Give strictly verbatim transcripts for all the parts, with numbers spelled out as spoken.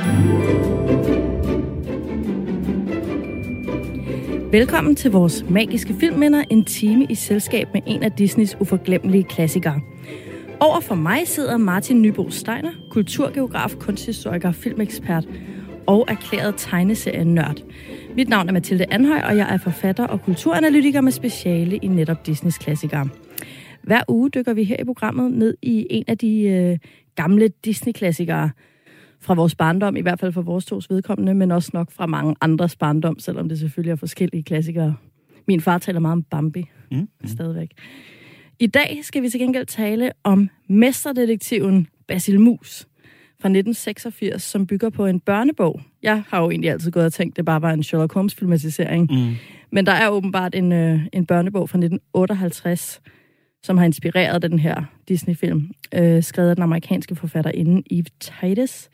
Velkommen til vores magiske filmminder, en time i selskab med en af Disneys uforglemmelige klassikere. Over for mig sidder Martin Nybo Steiner, kulturgeograf, kunsthistoriker, filmekspert og erklæret tegneserienørd. Mit navn er Mathilde Anhøj, og jeg er forfatter og kulturanalytiker med speciale i netop Disneys klassikere. Hver uge dykker vi her i programmet ned i en af de øh, gamle Disney-klassikere fra vores barndom, i hvert fald for vores tos vedkommende, men også nok fra mange andres barndom, selvom det selvfølgelig er forskellige klassikere. Min far taler meget om Bambi, mm, mm. stadigvæk. I dag skal vi til gengæld tale om mesterdetektiven Basil Mus fra nitten seksogfirs, som bygger på en børnebog. Jeg har jo egentlig altid gået og tænkt, at det bare var en Sherlock Holmes-filmatisering. Mm. Men der er åbenbart en, øh, en børnebog fra nitten otteoghalvtreds, som har inspireret den her Disney-film, øh, skrevet af den amerikanske forfatterinde Eve Titus.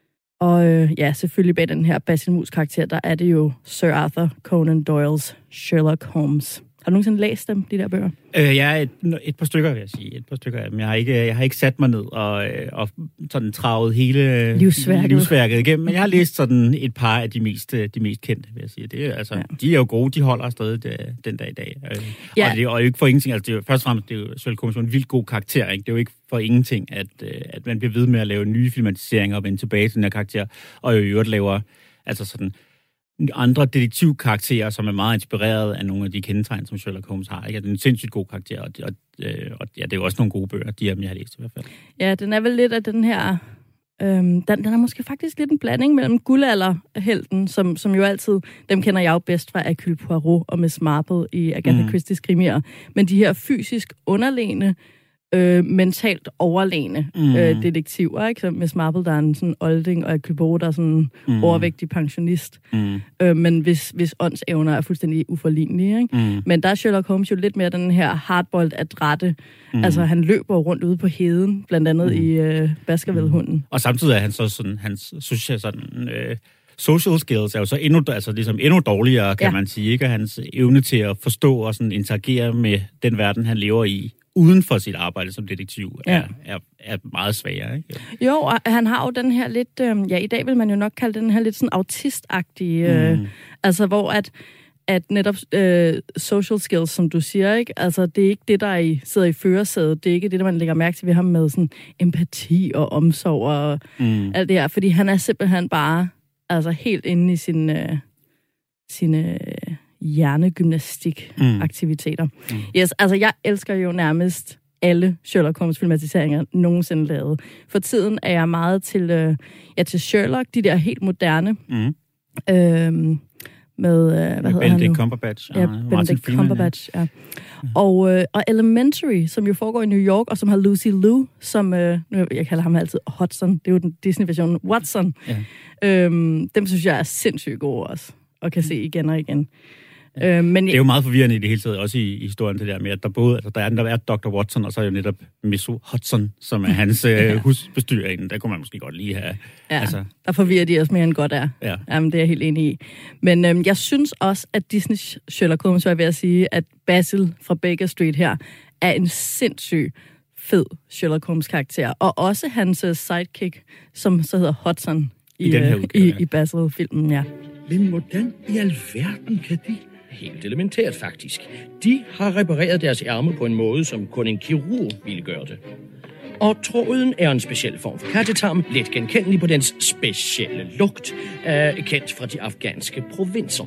Og øh, ja, selvfølgelig bag den her Basil Mus-karakter, der er det jo Sir Arthur Conan Doyles Sherlock Holmes. Har du nogensinde læst dem, de der bøger? Øh, jeg er et, et par stykker, vil jeg sige. Et par stykker af dem. Jeg har ikke, jeg har ikke sat mig ned og, og sådan travet hele livsværket. livsværket igennem, men jeg har læst sådan et par af de mest, de mest kendte, vil jeg sige. Det er, altså, ja. De er jo gode, de holder stadig det, den dag i dag. Ja. Og det er jo ikke for ingenting. Altså, det er jo, først og fremmest, det er jo Sherlock Holmes en vildt god karakter, ikke? Det er jo ikke for ingenting, at, at man bliver ved med at lave nye filmatiseringer og vende tilbage til den her karakter, og jo i øvrigt laver altså sådan andre detektivkarakterer, som er meget inspireret af nogle af de kendetegn, som Sherlock Holmes har. Ikke? Det er en sindssygt god karakter, og, og, og ja, det er jo også nogle gode bøger, de af dem, jeg har læst i hvert fald. Ja, den er vel lidt af den her... Øhm, den, den er måske faktisk lidt en blanding mellem guldalderhelten, som, som jo altid... Dem kender jeg jo bedst fra Hercule Poirot og Miss Marple i Agatha mm. Christie's krimier. Men de her fysisk underlegne, Øh, mentalt overlegne mm. øh, detektiver, ikke? Så Miss Marple, der er en sådan olding, og Hercule Poirot, der er sådan en mm. overvægtig pensionist. Mm. Øh, men hvis, hvis åndsevner er fuldstændig uforlignelige, ikke? Mm. Men der er Sherlock Holmes jo lidt mere den her hardboiled adrette. Mm. Altså, han løber rundt ude på heden, blandt andet mm. i øh, Baskerville-hunden. Mm. Og samtidig er han så sådan, hans, synes jeg sådan... Øh social skills er jo så endnu, altså ligesom endnu dårligere, kan ja. man sige, ikke? Og hans evne til at forstå og sådan interagere med den verden, han lever i, uden for sit arbejde som detektiv, er, ja. er, er meget svagere, ikke? Jo, og han har jo den her lidt, øh, ja, i dag vil man jo nok kalde den her lidt sådan autistagtige, øh, mm. altså hvor at, at netop øh, social skills, som du siger, ikke? Altså det er ikke det, der er i, sidder i førersædet, det er ikke det, der man lægger mærke til ved ham med sådan empati og omsorg og mm. alt det her, fordi han er simpelthen bare altså helt inde i sin, øh, sine hjernegymnastik-aktiviteter. Mm. Mm. Yes, altså jeg elsker jo nærmest alle Sherlock Holmes-filmatiseringer nogensinde lavet. For tiden er jeg meget til, øh, ja, til Sherlock, de der helt moderne, mm. øhm, med, øh, hvad med hedder han nu? Cumberbatch. Ja, Benedict Cumberbatch, ja. Mm. Og, øh, og Elementary, som jo foregår i New York, og som har Lucy Liu, som, øh, nu, jeg kalder ham altid Hudson, det er jo den Disney-version, Watson. Ja. Øhm, dem synes jeg er sindssygt gode også, og kan se igen og igen. Ja. Øh, men det er jo meget forvirrende i det hele taget, også i, i historien det der med, at der både altså, der er, der er doktor Watson, og så er jo netop Miss Hudson, som er hans ja. øh, husbestyrerinde. Der kunne man måske godt lige have... Ja, altså, der forvirrer de os mere end godt er. Ja. Jamen, det er jeg helt enig i. Men øhm, jeg synes også, at Disney Sherlock Holmes, var ved at sige, at Basil fra Baker Street her, er en sindssyg fed Sherlock Holmes-karakter. Og også hans uh, sidekick, som så hedder Hudson i, I, uh, udgave, i, ja. i Basil-filmen, ja. Men hvordan i alverden kan de? Helt elementært, faktisk. De har repareret deres ærme på en måde, som kun en kirurg ville gøre det. Og tråden er en speciel form for kattetarm, let genkendelig på dens specielle lugt, øh, kendt fra de afghanske provinser.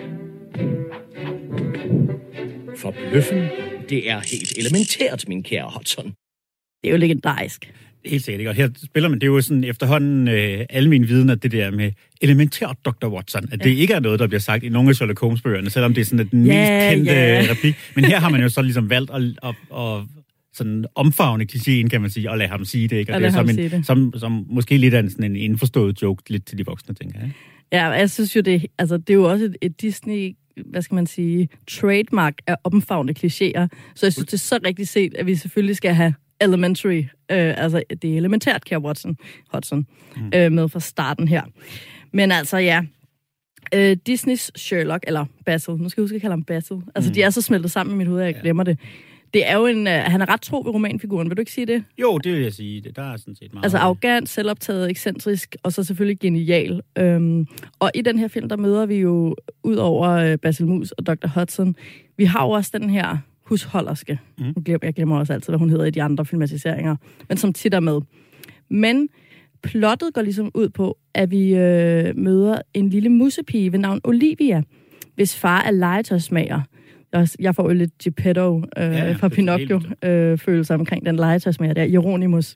Forbløffende. Det er helt elementært, min kære Hudson. Det er jo legendarisk. Helt sikkert, ikke? Og her spiller man, det er jo sådan efterhånden øh, alle mine viden, at det der med elementært doktor Watson, at det ja. ikke er noget, der bliver sagt i nogle af Sherlock Holmes-bøgerne, selvom det er sådan den yeah, mest kendte yeah. replik. Men her har man jo så ligesom valgt at, at, at sådan omfavne klichéen, kan man sige, og lade ham sige det, ikke? Og, og det er som, en, det. Som, som måske lidt af en, sådan en indforstået joke lidt til de voksne, tænker jeg. Ja, jeg synes jo, det, altså, det er jo også et, et Disney, hvad skal man sige, trademark af omfavne klichéer. Så jeg synes, det er så rigtigt set, at vi selvfølgelig skal have Elementary, øh, altså det er elementært, kære Watson, Hudson, mm. øh, med fra starten her. Men altså, ja, øh, Disneys Sherlock, eller Basil, nu skal jeg huske at kalde ham Basil, altså mm. de er så smeltet sammen i mit hoved, at jeg glemmer det. det er jo en... Uh, han er ret tro ved romanfiguren, vil du ikke sige det? Jo, det vil jeg sige. Det, der er sådan set meget... Altså arrogant, selvoptaget, ekscentrisk, og så selvfølgelig genial. Øhm, og i den her film, der møder vi jo, ud over uh, Basil Mus og doktor Hudson, vi har jo også den her husholderske. Mm. Nu glemmer, jeg glemmer også altid, hvad hun hedder i de andre filmatiseringer, men som tit er med. Men plottet går ligesom ud på, at vi øh, møder en lille musepige ved navn Olivia, hvis far er legetøjsmager. Jeg får jo lidt Geppetto øh, ja, fra Pinocchio-følelser øh, omkring den legetøjsmager der, Hieronymus.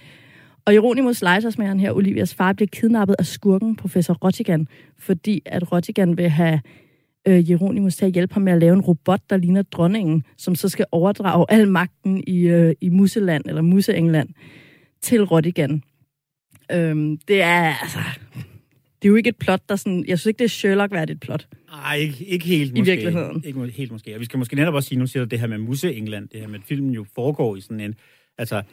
Og Hieronymus, legetøjsmageren her, Olivias far, bliver kidnappet af skurken, professor Rotigan, fordi at Rotigan vil have øh, Hieronymus til at hjælpe ham med at lave en robot, der ligner dronningen, som så skal overdrage al magten i, øh, i Museland, eller Museengland, til Rotigan. Øhm, det er altså... Det er jo ikke et plot, der sådan... Jeg synes ikke, det er Sherlock-værdigt plot. Nej, ikke, ikke helt i måske. Virkeligheden. Ikke helt måske. Og vi skal måske netop også sige, nu siger du det her med Museengland, det her med, at filmen jo foregår i sådan en... Altså,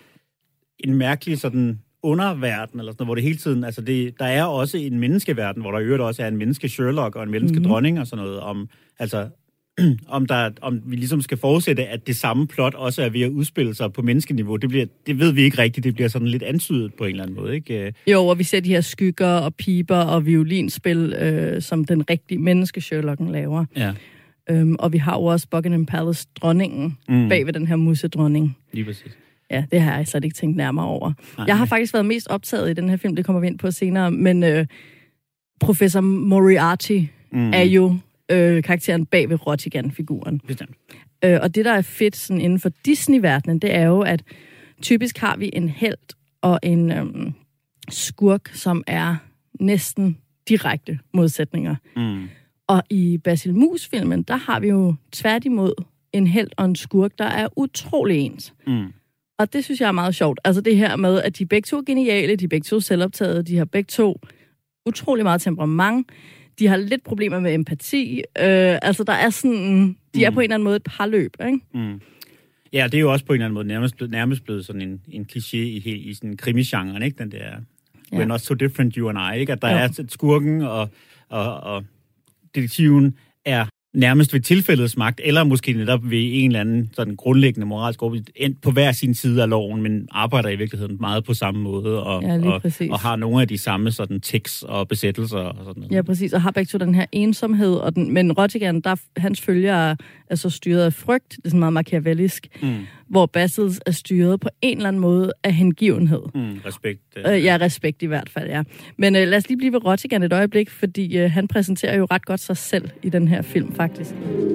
en mærkelig sådan underverden, eller sådan noget, hvor det hele tiden... Altså, det, der er også en menneskeverden, hvor der i øvrigt også er en menneske-Sherlock og en menneske-dronning mm-hmm. og sådan noget, om... Altså, om, der, om vi ligesom skal forudsætte, at det samme plot også er ved at udspille sig på menneskeniveau. Det, bliver, det ved vi ikke rigtigt. Det bliver sådan lidt antydet på en eller anden måde, ikke? Jo, og vi ser de her skygger og piber og violinspil, øh, som den rigtige menneske Sherlocken laver. Ja. Øhm, og vi har jo også Buckingham Palace dronningen mm. bag ved den her musedronning. Lige præcis. Ja, det har jeg slet ikke tænkt nærmere over. Nej, jeg har nej. faktisk været mest optaget i den her film, det kommer vi ind på senere, men øh, professor Moriarty mm. er jo Øh, karakteren bag ved Rotigan-figuren. Bestemt. Øh, og det, der er fedt sådan, inden for Disney-verdenen, det er jo, at typisk har vi en helt og en øhm, skurk, som er næsten direkte modsætninger. Mm. Og i Basil Mus-filmen, der har vi jo tværtimod en helt og en skurk, der er utrolig ens. Mm. Og det synes jeg er meget sjovt. Altså det her med, at de begge to er geniale, de er begge to selvoptaget, de har begge to utrolig meget temperament. De har lidt problemer med empati. Øh, altså, der er sådan... De er mm. på en eller anden måde et parløb, ikke? Mm. Ja, det er jo også på en eller anden måde nærmest blevet, nærmest blevet sådan en, en kliché i, i sådan en krimigenren, ikke? Den der... Ja. We're not so different, you and I, ikke? At der jo. er skurken og, og, og detektiven er nærmest ved tilfældets magt, eller måske netop ved en eller anden sådan grundlæggende moralsk overbevisning, på hver sin side af loven, men arbejder i virkeligheden meget på samme måde, og, ja, og, og har nogle af de samme sådan tekst og besættelser og sådan noget. Ja, præcis, og har begge to den her ensomhed, og den, men Rotigan, der hans følgere er så styret af frygt, det er sådan meget machiavellisk, mm. hvor Basils er styret på en eller anden måde af hengivenhed. Mm, respekt. Øh, ja, respekt i hvert fald, ja. Men øh, lad os lige blive ved Rotigan et øjeblik, fordi øh, han præsenterer jo ret godt sig selv i den her film, faktisk.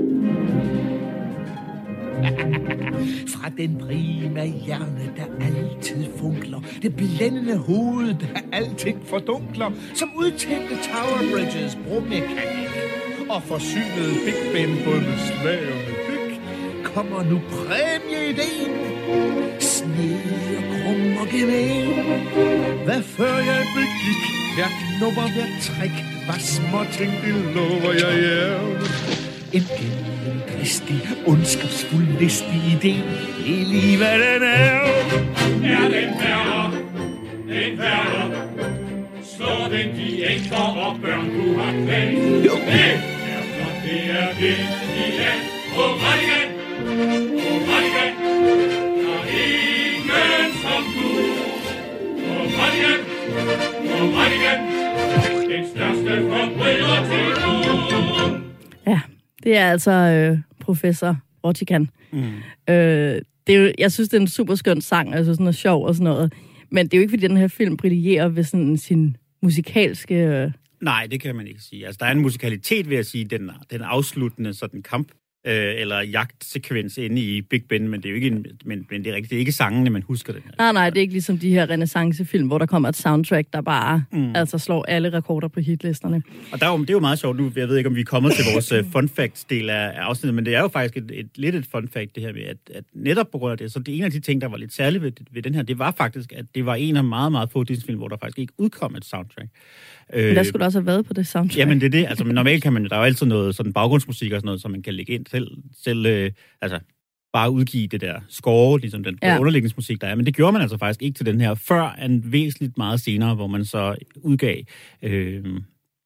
Fra den prima hjerne, der altid funkler, det blændende hoved, der alting fordunkler, som udtænkte Tower Bridges bromekanik og forsynede Big Ben både med slag og med dæk, kommer nu præmieideen. Sned og krum og gemen. Hvad før jeg begik, hvert nummer, hvert træk, var småting, det lover jeg jer. En gennemdristig, ondskabsfuld, listig idé. Det er lige, hvad den er. Er den værre, den værre. Slå den de enker og børn, du har kvalt. Jo. Det er flot, det er det, i land. Og Rotigan, og Rotigan. Der er ingen som du. Og Rotigan, og Rotigan. Den største forbryder til nu. Ja. Det er altså øh, professor Rotigan. Mm. Øh, det er jo, jeg synes, det er en super skøn sang, og jeg synes, den er sjov og sådan noget. Men det er jo ikke, fordi den her film brillerer ved sådan sin musikalske... Øh... Nej, det kan man ikke sige. Altså, der er en musikalitet, vil jeg sige, den, den afsluttende sådan kamp, øh, eller jagtsekvens inde i Big Ben, men det er jo ikke, en, men, men det er rigtigt, det er ikke sangene, man husker det. Nej, nej, det er ikke ligesom de her renaissancefilm, hvor der kommer et soundtrack, der bare mm. altså slår alle rekorder på hitlisterne. Og der er jo, det er jo meget sjovt nu, jeg ved ikke, om vi er kommet til vores uh, fun facts-del af, af afsnittet, men det er jo faktisk et, et, lidt et fun fact, det her med, at, at netop på grund af det, så det er en af de ting, der var lidt særligt ved, ved den her, det var faktisk, at det var en af meget, meget få Disney-film, hvor der faktisk ikke udkom et soundtrack. Men der skulle da også have været på det soundtrack. Jamen det er det, altså men normalt kan man, der er jo altid noget sådan baggrundsmusik og sådan noget, som man kan lægge ind selv, selv øh, altså bare udgive det der score, ligesom den ja. underlægningsmusik, der er. Men det gjorde man altså faktisk ikke til den her, før en væsentligt meget senere, hvor man så udgav øh,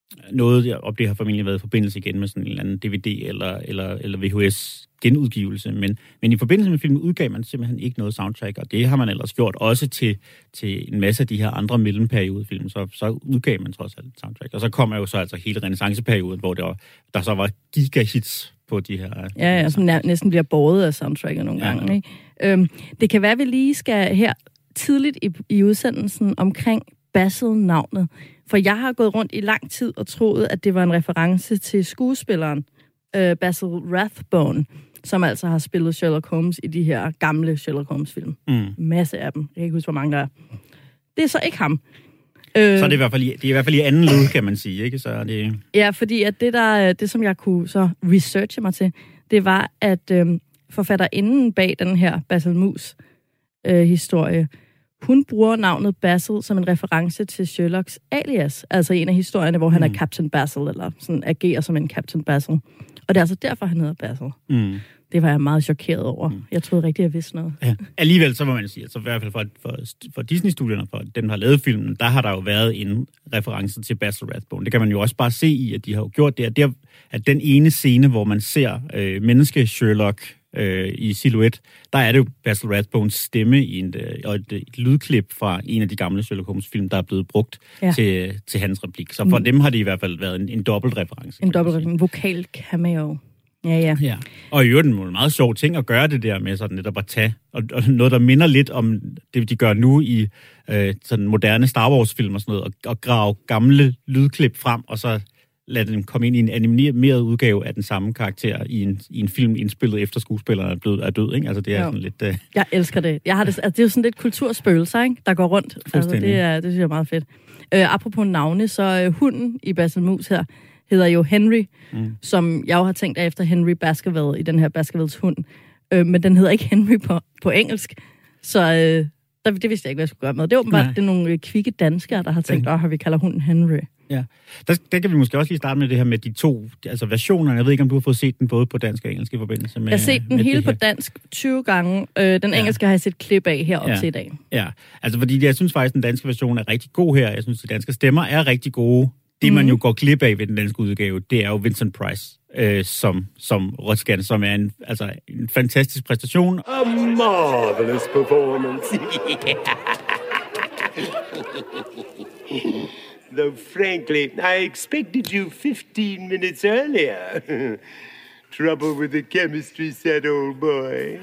noget, og det har formentlig været i forbindelse igen med sådan en eller anden D V D eller, eller, eller V H S genudgivelse, men, men i forbindelse med filmen udgav man simpelthen ikke noget soundtrack, og det har man ellers gjort også til, til en masse af de her andre mellemperiodefilm, så, så udgav man trods alt soundtrack. Og så kommer jo så altså hele renaissanceperioden, hvor der, der så var gigahits på de her... Ja, ja, som næsten bliver båret af soundtracket nogle ja. gange. Ikke? Øhm, det kan være, at vi lige skal her tidligt i, i udsendelsen omkring Basil-navnet, for jeg har gået rundt i lang tid og troet, at det var en reference til skuespilleren øh, Basil Rathbone, som altså har spillet Sherlock Holmes i de her gamle Sherlock Holmes-film. Mm. Masse af dem. Jeg kan ikke huske, hvor mange der er. Det er så ikke ham. Øh, så er det, i hvert fald i, det er i hvert fald i anden led, kan man sige, ikke? Så er det... Ja, fordi at det, der, det, som jeg kunne så researche mig til, det var, at øh, forfatterinden bag den her Basil Mus-historie, øh, hun bruger navnet Basil som en reference til Sherlocks alias, altså en af historierne, hvor han mm. er Captain Basil, eller sådan agerer som en Captain Basil. Og det er altså derfor, han hedder Basil. Mm. Det var jeg meget chokeret over. Mm. Jeg troede rigtig, jeg vidste noget. Ja. Alligevel, så må man sige, altså i hvert fald for, for, for Disney-studierne, for dem, der har lavet filmen, der har der jo været en reference til Basil Rathbone. Det kan man jo også bare se i, at de har jo gjort det. At, det, at den ene scene, hvor man ser øh, menneske-Sherlock øh, i silhuet, der er det jo Basil Rathbones stemme i en, øh, og et, et lydklip fra en af de gamle Sherlock Holmes-film, der er blevet brugt ja. til, til hans replik. Så for mm. dem har det i hvert fald været en, en dobbelt reference. En dobbelt reference. En vokal cameo. Ja, ja. ja. Og i øvrigt en meget sjov ting at gøre det der med sådan netop at tage, og, og noget, der minder lidt om det, de gør nu i øh, sådan moderne Star Wars-film og sådan noget, og, og grave gamle lydklip frem, og så lade dem komme ind i en animeret udgave af den samme karakter i en, i en film indspillet efter skuespilleren er, blevet, er død, ikke? Altså det er jo. sådan lidt... Øh... Jeg elsker det. Jeg har det, altså, det er jo sådan lidt kulturspøgelser, ikke? Der går rundt. Altså, det, er, det synes jeg er meget fedt. Øh, apropos navne, så øh, hunden i Basil Mus her, hedder jo Henry, mm. som jeg jo har tænkt efter Henry Baskerville i den her Baskervilles hund. Øh, men den hedder ikke Henry på, på engelsk. Så øh, der, det vidste jeg ikke, hvad jeg skulle gøre med. Det er åbenbart det er nogle øh, kvikke danskere, der har tænkt, åh, oh, vi kalder hunden Henry. Ja, der, der kan vi måske også lige starte med det her med de to altså versioner. Jeg ved ikke, om du har fået set den både på dansk og engelsk i forbindelse med... Jeg har set den hele på dansk tyve gange. Øh, den engelske ja. har jeg set klip af herop ja. til i dag. Ja, altså fordi jeg synes faktisk, den danske version er rigtig god her. Jeg synes, de danske stemmer er rigtig gode. Det, man jo går glip af ved den danske udgave, det er jo Vincent Price, øh, som, som Rotskan, som er en, altså, en fantastisk præstation. A marvelous performance. Though frankly, I expected you fifteen minutes earlier. Trouble with the chemistry set, old boy.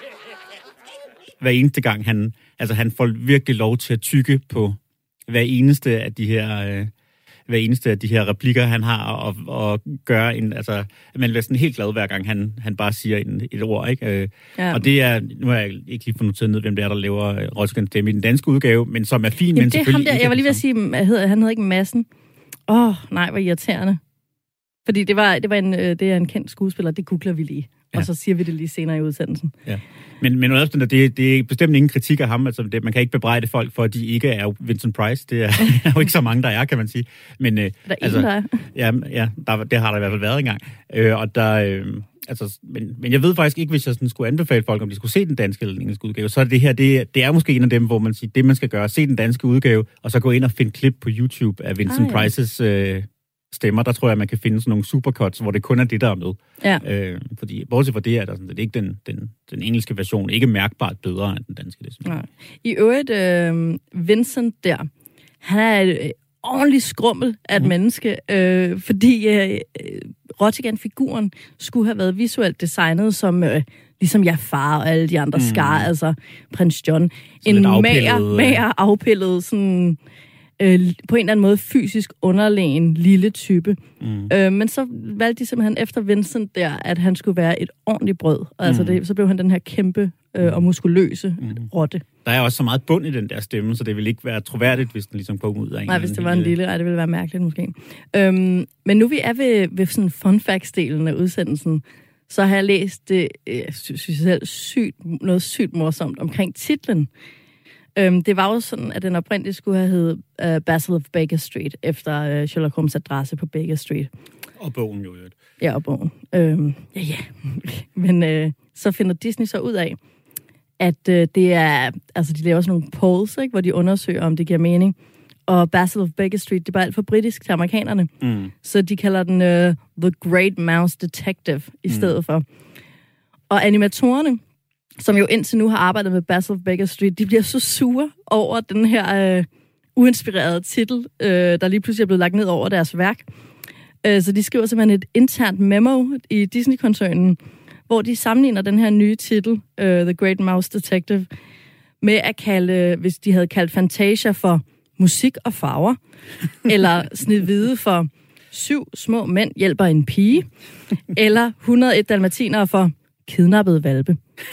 Hver eneste gang, han, altså, han får virkelig lov til at tykke på hver eneste af de her... Øh, hver eneste af de her replikker, han har, og, og gøre en, altså, man bliver sådan helt glad, hver gang han, han bare siger en, et ord, ikke? Ja. Og det er, nu har jeg ikke lige fundet noteret ned, hvem det er, der laver Roskans stemme i den danske udgave, men som er fin, Jamen, men selvfølgelig der, ikke... Jeg var lige ved at sige, han hedder, han hedder ikke Madsen. Åh, oh, nej, hvor irriterende. Fordi det var, det var en, det er en kendt skuespiller, det googler vi lige. Ja. Og så siger vi det lige senere i udsendelsen. Ja. Men, men også, det, det er bestemt ingen kritik af ham. Altså, det, man kan ikke bebrejde folk for, at de ikke er Vincent Price. Det er, er jo ikke så mange, der er, kan man sige. Men, der er altså, en, der er. Ja, ja der, det har der i hvert fald været engang. Øh, og der, øh, altså, men, men jeg ved faktisk ikke, hvis jeg sådan skulle anbefale folk, om de skulle se den danske eller den engelske udgave, så er det her, det, det er måske en af dem, hvor man siger, det man skal gøre, se den danske udgave, og så gå ind og finde klip på YouTube af Vincent ah, ja. Prices... Øh, stemmer, der tror jeg, man kan finde sådan nogle supercuts, hvor det kun er det, der er med. Ja. Øh, fordi, bortset fra det, er der sådan, det er ikke den, den, den engelske version, ikke mærkbart bedre end den danske. Det, ja. I øvrigt, øh, Vincent der, han er et øh, ordentligt skrummel af et mm. menneske, øh, fordi øh, Rotigan-figuren skulle have været visuelt designet som... Øh, ligesom jeg far og alle de andre mm. skar, altså prins John. Sådan en mager, mager afpillet, sådan... Øh, på en eller anden måde fysisk underlegen lille type. Mm. Øh, men så valgte de simpelthen efter Vincent der, at han skulle være et ordentligt brød. Og altså det, så blev han den her kæmpe øh, og muskuløse mm. rotte. Der er også så meget bund i den der stemme, så det ville ikke være troværdigt, hvis den ligesom kom ud af en. Nej, hvis det var en lille, ej, det ville være mærkeligt måske. Øhm, men nu vi er ved, ved sådan fun facts-delen af udsendelsen, så har jeg læst det, øh, synes jeg selv, sygt, noget sygt morsomt omkring titlen. Øhm, det var jo sådan, at den oprindeligt skulle have heddet uh, Basil of Baker Street, efter uh, Sherlock Holmes' adresse på Baker Street. Og bogen jo. Ja, og bogen. Øhm, ja, ja. Men øh, så finder Disney så ud af, at øh, det er, altså de laver sådan nogle polls, ikke, hvor de undersøger, om det giver mening. og Basil of Baker Street, det er bare alt for britisk til amerikanerne. Mm. Så de kalder den uh, The Great Mouse Detective i mm. stedet for. Og animatorerne, som jo indtil nu har arbejdet med Basil of Baker Street, de bliver så sure over den her uh, uinspirerede titel, uh, der lige pludselig er blevet lagt ned over deres værk. Uh, så de skriver simpelthen et internt memo i Disney-koncernen, hvor de sammenligner den her nye titel, uh, The Great Mouse Detective, med at kalde, hvis de havde kaldt Fantasia for musik og farver, eller Snehvide for syv små mænd hjælper en pige, eller hundrede og en dalmatinere for kidnappede hvalpe.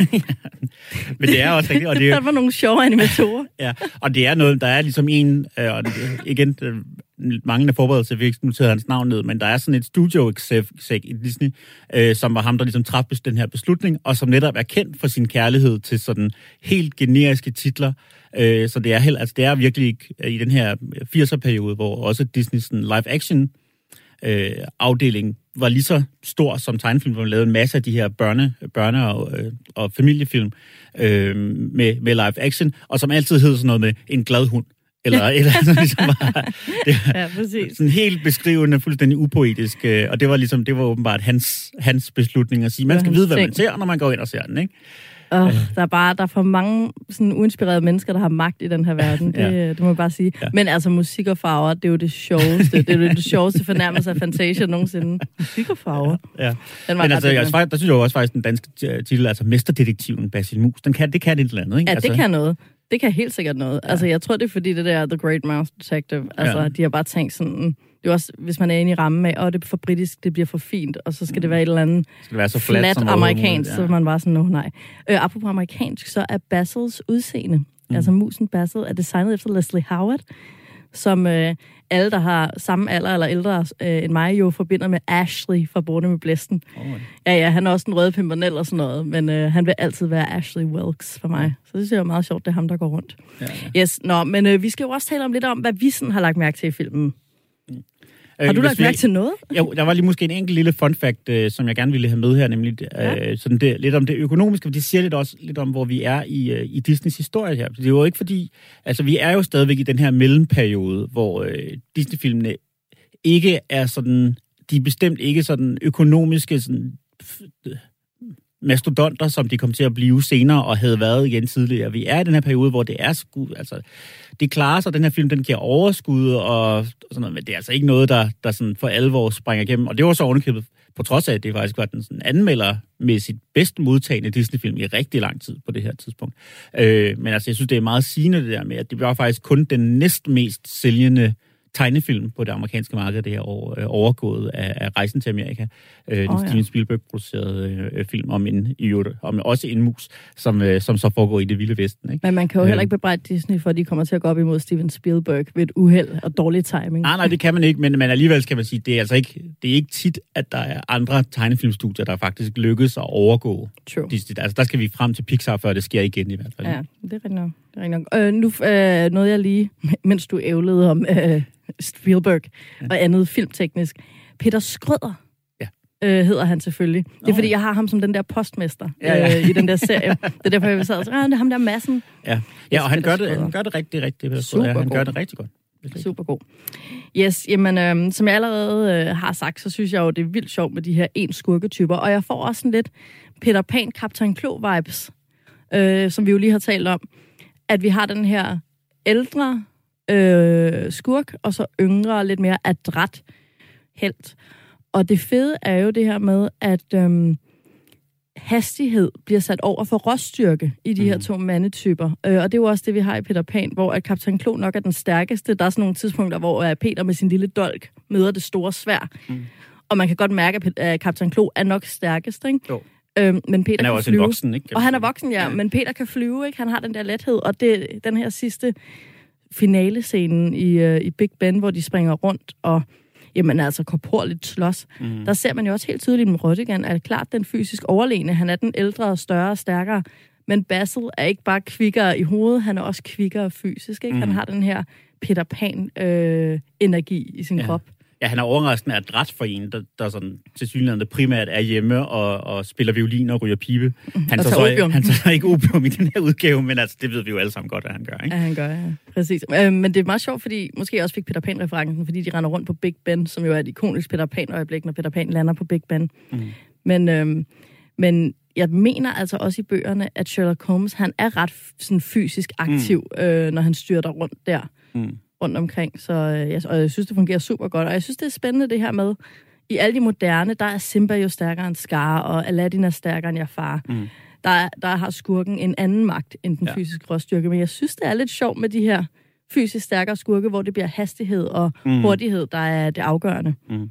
Men det er også rigtigt. Og det der var nogle sjove animatorer. Ja, og det er noget, der er ligesom en, øh, og det, igen, øh, mange af forberedelse fik nu taget hans navn ned, men der er sådan et studio-exec i Disney, øh, som var ham, der ligesom træffede den her beslutning, og som netop er kendt for sin kærlighed til sådan helt generiske titler. Øh, så det er, helt, altså, det er virkelig i den her firser-periode, hvor også Disney sådan live-action øh, afdeling var lige så stor som tegnefilm, hvor man lavede en masse af de her børne, børne og, øh, og familiefilm øh, med, med live action, og som altid hed sådan noget med en glad hund. Eller et eller andet, ligesom var, det var ja, præcis. Sådan helt beskrivende, fuldstændig upoetisk, øh, og det var ligesom, det var åbenbart hans, hans beslutning at sige, man skal vide, hvad man ser, når man går ind og ser den, ikke? Oh, der er bare der er for mange sådan uinspirerede mennesker, der har magt i den her verden. Det, ja. det må jeg bare sige. Ja. Men altså, musik og farver, det er jo det sjoveste. Det er jo det sjoveste fornærmelse af Fantasia nogensinde. Musik og farver. Ja. Den var Men altså, jeg, der synes jeg jo også faktisk, den danske titel, altså Mesterdetektiven Basil Mus, den kan, det kan et eller andet, ikke? Ja, altså, det kan noget. Det kan helt sikkert noget. Ja. Altså, jeg tror, det er fordi, det der The Great Mouse Detective, altså, ja. de har bare tænkt sådan... Det er også, hvis man er inde i rammen af, åh, det er for britisk, det bliver for fint, og så skal det være et eller andet det være så flat, flat amerikansk, ja. Så man bare sådan, nå, nej. Øh, apropos amerikansk, så er Basils udseende, mm. altså musen Basil, er designet efter Leslie Howard, som øh, alle, der har samme alder eller ældre øh, end mig, jo forbinder med Ashley fra Borne med Blæsten. Oh. Ja, ja, han er også en røde pimpernel og sådan noget, men øh, han vil altid være Ashley Wilkes for mig. Så det synes jeg er meget sjovt, det er ham, der går rundt. Ja, ja. Yes, nå, men øh, vi skal jo også tale om lidt om, hvad vi sådan har lagt mærke til i filmen. Har du lagt mærke til noget? Jo, der var lige måske en enkelt lille fun fact, øh, som jeg gerne ville have med her, nemlig ja. øh, sådan det, lidt om det økonomiske, for det siger lidt også lidt om, hvor vi er i, øh, i Disneys historie her. Det er jo ikke fordi, altså vi er jo stadigvæk i den her mellemperiode, hvor øh, Disney-filmene ikke er sådan, de er bestemt ikke sådan økonomiske sådan, mastodonter, som de kom til at blive senere og havde været igen tidligere. Vi er i den her periode, hvor det er skud, altså det klarer sig, den her film, den giver overskud og, og sådan noget, men det er altså ikke noget, der, der sådan for alvor springer igennem. Og det var så ovenikøbet, på trods af, at det faktisk var den sådan anmeldermæssigt bedst modtagende Disney-film i rigtig lang tid på det her tidspunkt. Øh, men altså, jeg synes, det er meget sigende det der med, at det var faktisk kun den næstmest sælgende tegnefilm på det amerikanske marked det her år, øh, overgået af, af Rejsen til Amerika. Øh, den oh, ja. Steven Spielberg-producerede øh, film om, en, i, om også en mus, som, øh, som så foregår i det vilde vesten. Ikke? Men man kan jo heller ikke bebrejde Disney, for at de kommer til at gå op imod Steven Spielberg ved et uheld og dårlig timing. Nej, nej, det kan man ikke, men, men alligevel skal man sige, det er altså ikke, det er ikke tit, at der er andre tegnefilmstudier, der faktisk lykkes at overgå True. Disney. Altså, der skal vi frem til Pixar, før det sker igen i hvert fald. Ja, det er rigtigt nok. Det er rigtigt nok. Øh, nu øh, nåede jeg lige, mens du ævlede om øh, Spielberg ja. og andet filmteknisk. Peter Skrøder ja. øh, hedder han selvfølgelig. Det er fordi, jeg har ham som den der postmester ja, ja. Øh, i den der serie. Det er derfor, jeg vil sige, at det er ham der massen. Ja, ja og han gør, det, han gør det rigtig, rigtig Super ja, Han gør det rigtig godt. Super god. Yes, jamen, øh, som jeg allerede øh, har sagt, så synes jeg jo, det er vildt sjovt med de her en skurketyper. Og jeg får også sådan lidt Peter Pan, Kaptajn Klo-vibes, øh, som vi jo lige har talt om. At vi har den her ældre øh, skurk, og så yngre, lidt mere adræt helt. Og det fede er jo det her med, at øh, hastighed bliver sat over for råstyrke i de mm. her to mandetyper. Øh, og det er jo også det, vi har i Peter Pan, hvor at Kaptajn Klo nok er den stærkeste. Der er sådan nogle tidspunkter, hvor Peter med sin lille dolk møder det store sværd. Mm. Og man kan godt mærke, at Kaptajn Klo er nok stærkest, ikke? Jo. Øhm, men Peter han er kan også flyve. en voksen, ikke? Og han er voksen, ja, ja. Men Peter kan flyve, ikke? Han har den der lethed. Og det den her sidste finalescenen i, uh, i Big Ben, hvor de springer rundt og jamen altså korporligt slås. Mm. Der ser man jo også helt tydeligt, at Røddigan er klart den fysisk overlegne. Han er den ældre, større og stærkere. Men Basil er ikke bare kvikkere i hovedet, han er også kvikkere fysisk, ikke? Mm. Han har den her Peter Pan-energi øh, i sin ja. krop. Ja, han er overraskende adræt for en, der, der sådan til synligheden primært er hjemme og, og spiller violin og ryger pibe. Han tager så, han tager ikke opium i den her udgave, men altså, det ved vi jo alle sammen godt, at han gør, ikke? Ja, han gør, ja. Præcis. Øh, men det er meget sjovt, fordi måske også fik Peter Pan-referencen, fordi de render rundt på Big Ben, som jo er et ikonisk Peter Pan-øjeblik, når Peter Pan lander på Big Ben. Mm. Men, øh, men jeg mener altså også i bøgerne, at Sherlock Holmes, han er ret sådan fysisk aktiv, mm. øh, når han styrter rundt der. Mm. rundt omkring, så jeg, og jeg synes, det fungerer super godt. Og jeg synes, det er spændende det her med, i alle de moderne, der er Simba jo stærkere end Scar, og Aladdin er stærkere end Jafar. Mm. Der, der har skurken en anden magt end den ja. fysiske råstyrke, men jeg synes, det er lidt sjovt med de her fysisk stærkere skurke, hvor det bliver hastighed og mm. hurtighed, der er det afgørende. Mm.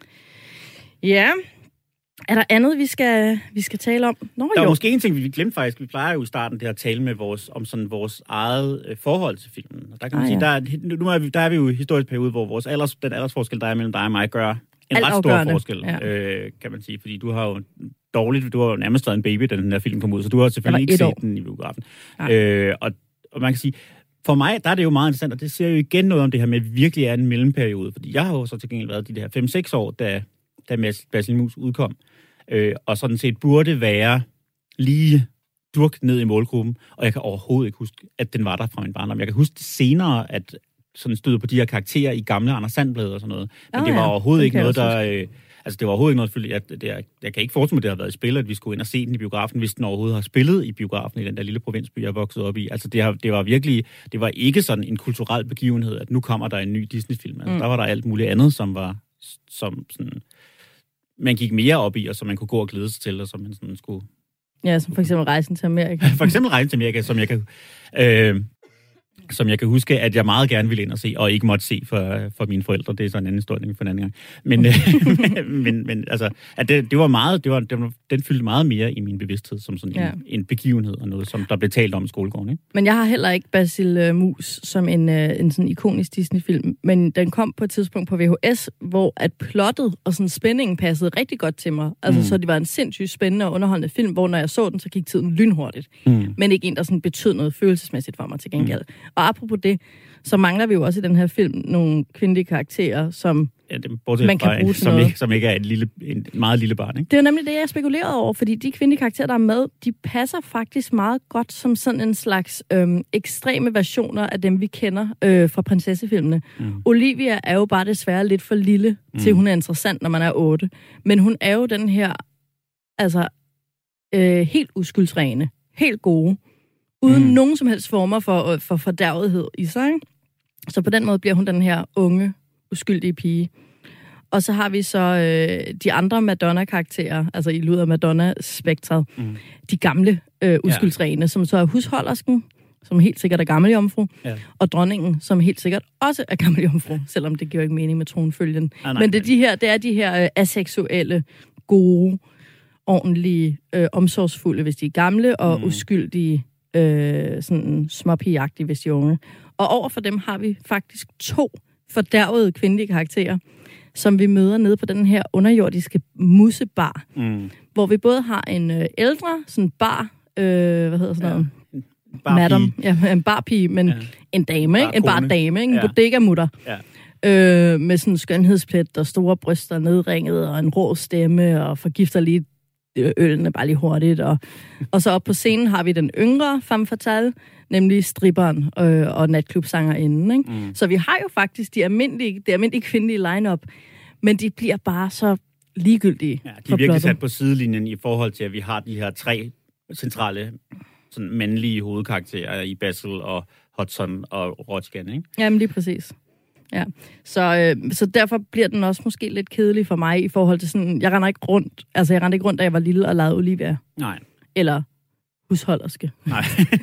Ja, er der andet, vi skal, vi skal tale om? Nå, der er jo. måske en ting, vi glemte faktisk. Vi plejer jo i starten det at tale med vores, om sådan vores eget øh, forhold til filmen. Og der kan man ah, sige, ja. der, nu er vi, der er vi jo i historisk periode, hvor vores alders, den aldersforskel, der er mellem dig og mig, gør en Alt ret stor afgørende. forskel, ja. øh, kan man sige. Fordi du har jo dårligt, du har jo nærmest været en baby, da den her film kom ud, så du har selvfølgelig ikke set år. den i biografen. Øh, og, og man kan sige, for mig, der er det jo meget interessant, og det siger jo igen noget om det her med, at det virkelig er en mellemperiode. Fordi jeg har jo så til gengæld været de der fem seks år, da, da Basil Mus udkom. Øh, og sådan set burde være lige durk ned i målgruppen, og jeg kan overhovedet ikke huske, at den var der fra min barndom. Jeg kan huske senere, at sådan stødte på de her karakterer i gamle Anders Sandblad og sådan noget. Men oh, det var ja. overhovedet det ikke noget, der... Øh, altså, det var overhovedet ikke noget, selvfølgelig... Jeg, det er, jeg kan ikke forestille mig, at det har været i spil, at vi skulle ind og se den i biografen, hvis den overhovedet har spillet i biografen i den der lille provinsby, jeg voksede op i. Altså, det, har, det var virkelig... Det var ikke sådan en kulturel begivenhed, at nu kommer der en ny Disney-film. Altså, mm. der var der alt muligt andet, som var... Som sådan... man gik mere op i, og som man kunne gå og glæde sig til, og som man sådan skulle... Ja, som for eksempel Rejsen til Amerika. for eksempel Rejsen til Amerika, som jeg kan... Øh, som jeg kan huske, at jeg meget gerne ville ind og se, og ikke måtte se for, for mine forældre. Det er så en anden historie for en anden gang. Men, øh, men, men altså, at det, det var meget, det var, det var, den fyldte meget mere i min bevidsthed, som sådan ja. en, en begivenhed, og noget, som der blev talt om i skolegården, ikke? Men jeg har heller ikke Basil uh, Mus som en, uh, en sådan ikonisk Disney-film, men den kom på et tidspunkt på V H S, hvor at plottet og sådan spændingen passede rigtig godt til mig. Altså, mm. så det var en sindssygt spændende og underholdende film, hvor når jeg så den, så gik tiden lynhurtigt. Mm. Men ikke en, der sådan betød noget følelsesmæssigt for mig til gengæld. Mm. Og apropos det, så mangler vi jo også i den her film nogle kvindelige karakterer, som ja, det man kan bruge en, som, ikke, som ikke er et lille, en meget lille barn, ikke? Det er nemlig det, jeg spekulerede over, fordi de kvindelige karakterer, der er med, de passer faktisk meget godt som sådan en slags øhm, ekstreme versioner af dem, vi kender øh, fra prinsessefilmene. Mm. Olivia er jo bare desværre lidt for lille, mm. til hun er interessant, når man er otte. Men hun er jo den her, altså, øh, helt uskyldsrene, helt gode, uden mm. nogen som helst former for, for fordærvethed i sig. Så på den måde bliver hun den her unge, uskyldige pige. Og så har vi så øh, de andre Madonna-karakterer, altså i Luther Madonna-spektret. Mm. De gamle øh, uskyldsrene, ja. som så er husholdersken, som helt sikkert er gammeljomfru, ja. og dronningen, som helt sikkert også er gammeljomfru, selvom det giver ikke mening med tronfølgen. Ah, nej, Men det er, de her, det er de her øh, aseksuelle, gode, ordentlige, øh, omsorgsfulde, hvis de er gamle, og mm. uskyldige, øh, sådan småpigeagtige, hvis de er unge. Og over for dem har vi faktisk to fordærvede kvindelige karakterer, som vi møder nede på den her underjordiske musebar, mm. hvor vi både har en øh, ældre, sådan bar, øh, hvad hedder sådan noget? Ja. Madam, ja, en barpige, men ja. en dame, ikke? En bardame, ikke? En ja. bodega-mutter. Ja. Øh, med sådan en skønhedsplet og store bryster nedringet, og en rå stemme, og forgifter lige ølene bare lige hurtigt. Og, og så op på scenen har vi den yngre femme fatale, nemlig stripperen øh, og natklubsangerinden. Ikke? Mm. Så vi har jo faktisk de almindelige, de almindelige kvindelige line-up, men de bliver bare så ligegyldige. Ja, de er virkelig sat på sidelinjen i forhold til, at vi har de her tre centrale sådan mandlige hovedkarakterer i Basil og Hudson og Rodgan, ikke? Jamen lige præcis. Ja, så, øh, så derfor bliver den også måske lidt kedelig for mig i forhold til sådan, jeg render ikke rundt, altså jeg rendte ikke rundt, da jeg var lille og legede Olivia. Nej. Eller husholderske. Nej.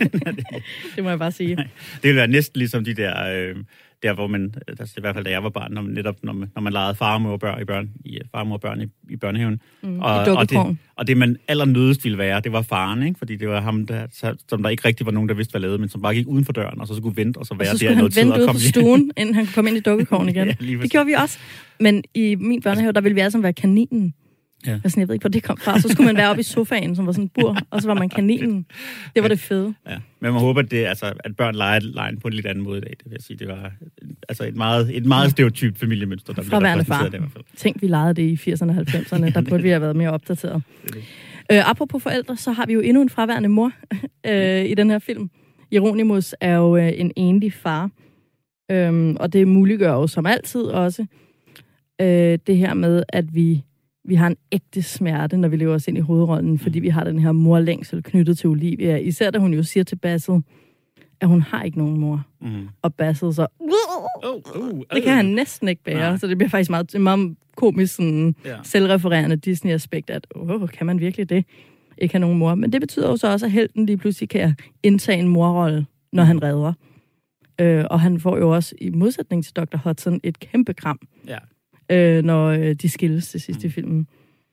Det må jeg bare sige. Nej. Det vil være næsten ligesom de der, øh, der hvor man, altså i hvert fald da jeg var barn, når man, netop når man, når man legede farmor og børn i, børn, i, farmor og børn i, i børnehaven. Mm, og, i og, det, og det man allernødest ville være, det var faren, ikke? Fordi det var ham, der, som der ikke rigtig var nogen, der vidste, hvad lavede, men som bare gik uden for døren, og så skulle vente, og så være og så der noget tid. Og så skulle han vente ude på stuen, inden han kom ind i dukkekåren igen. Ja, det gjorde vi også. Men i min børnehave, der ville vi alle sammen være kaninen. Ja. Altså, jeg ved ikke, hvor det kom fra. Så skulle man være oppe i sofaen, som var sådan en bur, og så var man kaninen. Det var det fede. Ja. Men man håber, at, det, altså, at børn leger lejen på en lidt anden måde i dag. Det vil jeg sige, det var altså et meget, et meget stereotypt familiemønster, der bliver repræsenteret der i hvert fald. Tænk, vi legede det i firserne og halvfemserne. Der burde vi have været mere opdateret. Det det. Øh, apropos forældre, så har vi jo endnu en fraværende mor øh, i den her film. Hieronymus er jo øh, en enlig far. Øhm, og det muliggør jo som altid også øh, det her med, at vi, vi har en ægte smerte, når vi lever os ind i hovedrollen, fordi vi har den her morlængsel knyttet til Olivia. Især da hun jo siger til Basil, at hun har ikke nogen mor. Mm. Og Basil så... Oh, oh, oh. Det kan han næsten ikke bære, Nej. Så det bliver faktisk meget, meget komisk, sådan, ja. selvrefererende Disney-aspekt, at åh, kan man virkelig det? Ikke have nogen mor. Men det betyder jo så også, at helten lige pludselig kan indtage en morrolle, når han redder. Øh, og han får jo også, i modsætning til doktor Hudson, et kæmpe kram, ja. øh, når øh, de skilles til sidst mm. i filmen.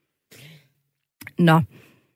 Nå.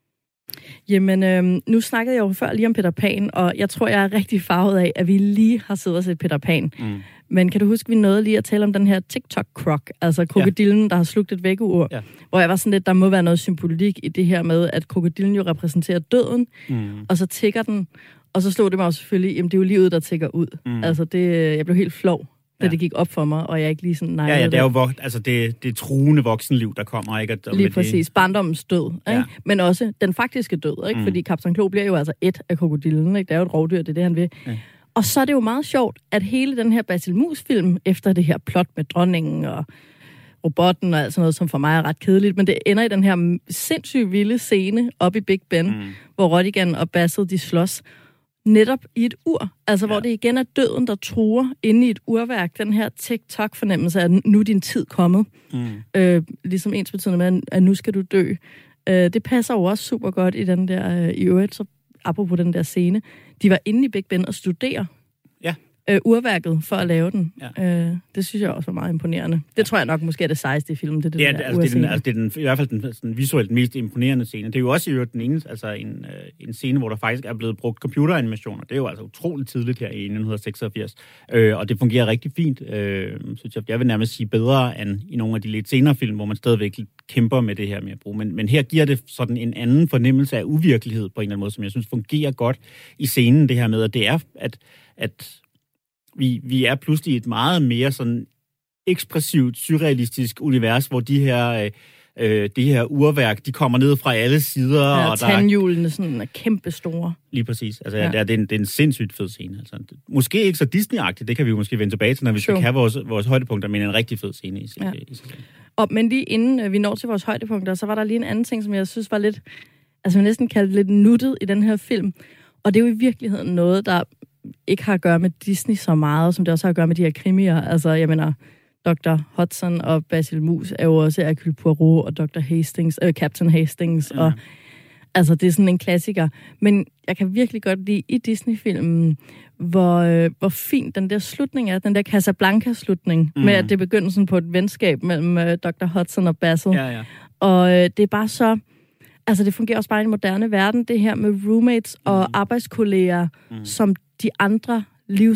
Jamen, øh, nu snakkede jeg jo før lige om Peter Pan, og jeg tror, jeg er rigtig farvet af, at vi lige har siddet og set Peter Pan. Mm. Men kan du huske, vi nåede lige at tale om den her TikTok-croc, altså krokodillen, ja. der har slugt et vækkeur, ja. hvor jeg var sådan lidt, der må være noget symbolik i det her med, at krokodillen jo repræsenterer døden, mm. og så tigger den. Og så slog det mig jo selvfølgelig, jamen det er jo livet, der tækker ud. Mm. Altså det, jeg blev helt flov, da ja. det gik op for mig, og jeg ikke lige sådan... Nej, ja, ja, det er jo vok- altså det, det truende voksenliv, der kommer, ikke? Og lige præcis, det... barndommens død, ikke? Ja. Men også den faktiske død, ikke? Mm. Fordi Kaptajn Klo bliver jo altså et af krokodillen, ikke? Det er jo et rovdyr, det er det, han vil. Ja. Og så er det jo meget sjovt, at hele den her Basil Mus-film, efter det her plot med dronningen og robotten og alt sådan noget, som for mig er ret kedeligt, men det ender i den her sindssygt vilde scene op i Big Ben, mm. hvor Rodigan og Basil, de slås netop i et ur. Altså, ja. hvor det igen er døden, der truer inde i et urværk. Den her TikTok-fornemmelse af, at nu er din tid kommet. Mm. Øh, ligesom ens betydende med, at nu skal du dø. Øh, det passer jo også super godt i den der, øh, i øvrigt, så apropos den der scene. De var inde i Big Ben og studerer ja. øh, urværket for at lave den. Ja. Øh, det synes jeg også var meget imponerende. Det ja. tror jeg nok måske er det sejeste i filmen. Det, det, ja, der altså, det, er den, altså, det er den, i hvert fald den, den visuelt mest imponerende scene. Det er jo også i øvrigt den ene, altså en, øh, en scene, hvor der faktisk er blevet brugt computeranimationer. Det er jo altså utroligt tidligt her i nitten seksogfirs. Øh, og det fungerer rigtig fint, øh, synes jeg. Jeg vil nærmest sige bedre end i nogle af de lidt senere film, hvor man stadigvæk kæmper med det her med at bruge. Men, men her giver det sådan en anden fornemmelse af uvirkelighed på en eller anden måde, som jeg synes fungerer godt i scenen, det her med, at det er, at, at vi, vi er pludselig et meget mere sådan ekspressivt, surrealistisk univers, hvor de her, øh, de her urværk, de kommer ned fra alle sider. Ja, og tandhjulene sådan er kæmpe store. Lige præcis. Altså, ja. det, er, det, er en, det er en sindssygt fed scene. Altså, måske ikke så Disney-agtigt, det kan vi jo måske vende tilbage til, når vi sure. skal have vores, vores højdepunkter, men en rigtig fed scene i, ja. i sig selv. Og, men lige inden vi når til vores højdepunkter, så var der lige en anden ting, som jeg synes var lidt, altså man næsten kaldte lidt nuttet i den her film. Og det er jo i virkeligheden noget, der ikke har at gøre med Disney så meget, som det også har at gøre med de her krimier. Altså, jeg mener, doktor Hudson og Basil Mus er jo også Hercule Poirot og doktor Hastings, øh, Captain Hastings, ja. og altså, det er sådan en klassiker. Men jeg kan virkelig godt lide i Disney-filmen, hvor, øh, hvor fint den der slutning er, den der Casablanca-slutning, mm. med at det begynder sådan på et venskab mellem øh, doktor Hudson og Basil. Ja, ja. Og øh, det er bare så... Altså, det fungerer også bare i en moderne verden, det her med roommates mm. og arbejdskolleger, mm. som de andre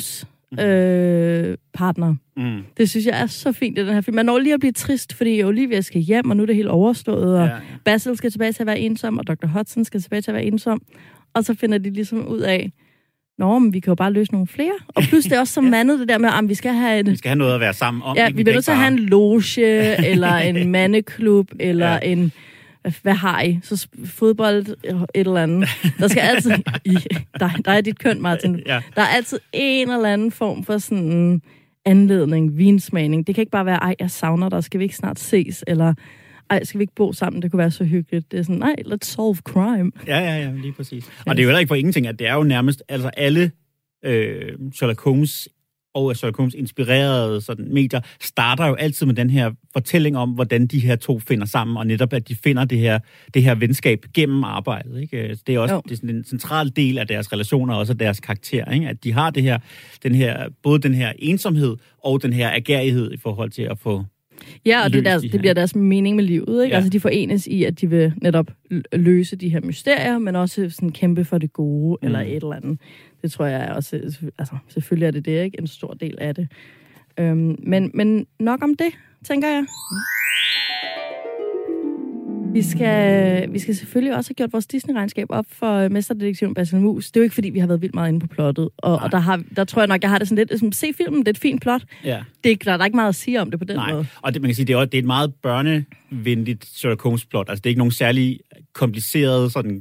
livspartnere. Øh, mm. Det synes jeg er så fint i den her film. Man når lige at blive trist, fordi Olivia skal hjem, og nu er det helt overstået, og ja, ja. Basil skal tilbage til at være ensom, og doktor Hudson skal tilbage til at være ensom. Og så finder de ligesom ud af, nå, men vi kan jo bare løse nogle flere. Og plus det er også så mandet det der med, at vi skal have en... Vi skal have noget at være sammen om. Ja, vi bliver nødt til at have en loge, eller en mandeklub, eller ja. en... Hvad har I? Så fodbold, et eller andet. Der skal altid... I, der, der er dit køn, Martin. Ja. Der er altid en eller anden form for sådan anledning, vinsmagning. Det kan ikke bare være, ej, jeg savner dig, skal vi ikke snart ses? Eller, ej, skal vi ikke bo sammen? Det kunne være så hyggeligt. Det er sådan, nej, let's solve crime. Ja, ja, ja, lige præcis. Og det er jo heller ikke for ingenting, at det er jo nærmest... Altså alle øh, Sherlock Holmes og Sherlock Holmes inspirerede sådan, medier, starter jo altid med den her fortælling om, hvordan de her to finder sammen, og netop, at de finder det her, det her venskab gennem arbejdet. Ikke? Det er også det er sådan en central del af deres relationer, og også af deres karakter, ikke? At de har det her, den her, både den her ensomhed og den her agerighed i forhold til at få... Ja, og det, deres, de det bliver deres mening med livet, ikke? Ja. Altså, de forenes i, at de vil netop løse de her mysterier, men også sådan kæmpe for det gode, mm. eller et eller andet. Det tror jeg også, altså, selvfølgelig er det det, ikke? En stor del af det. Øhm, men, men nok om det, tænker jeg. Vi skal, vi skal selvfølgelig også have gjort vores Disney-regnskab op for mesterdetektiven Basil Mus. Det er jo ikke, fordi vi har været vildt meget inde på plottet. Og, og der, har, der tror jeg nok, jeg har det sådan lidt... Som, se filmen, det er et fint plot. Ja. Det, der er ikke meget at sige om det på den Nej. måde. Og det, man kan sige, det er, også, det er et meget børnevenligt Sherlock Holmes-plot. Altså, det er ikke nogen særlig kompliceret sådan...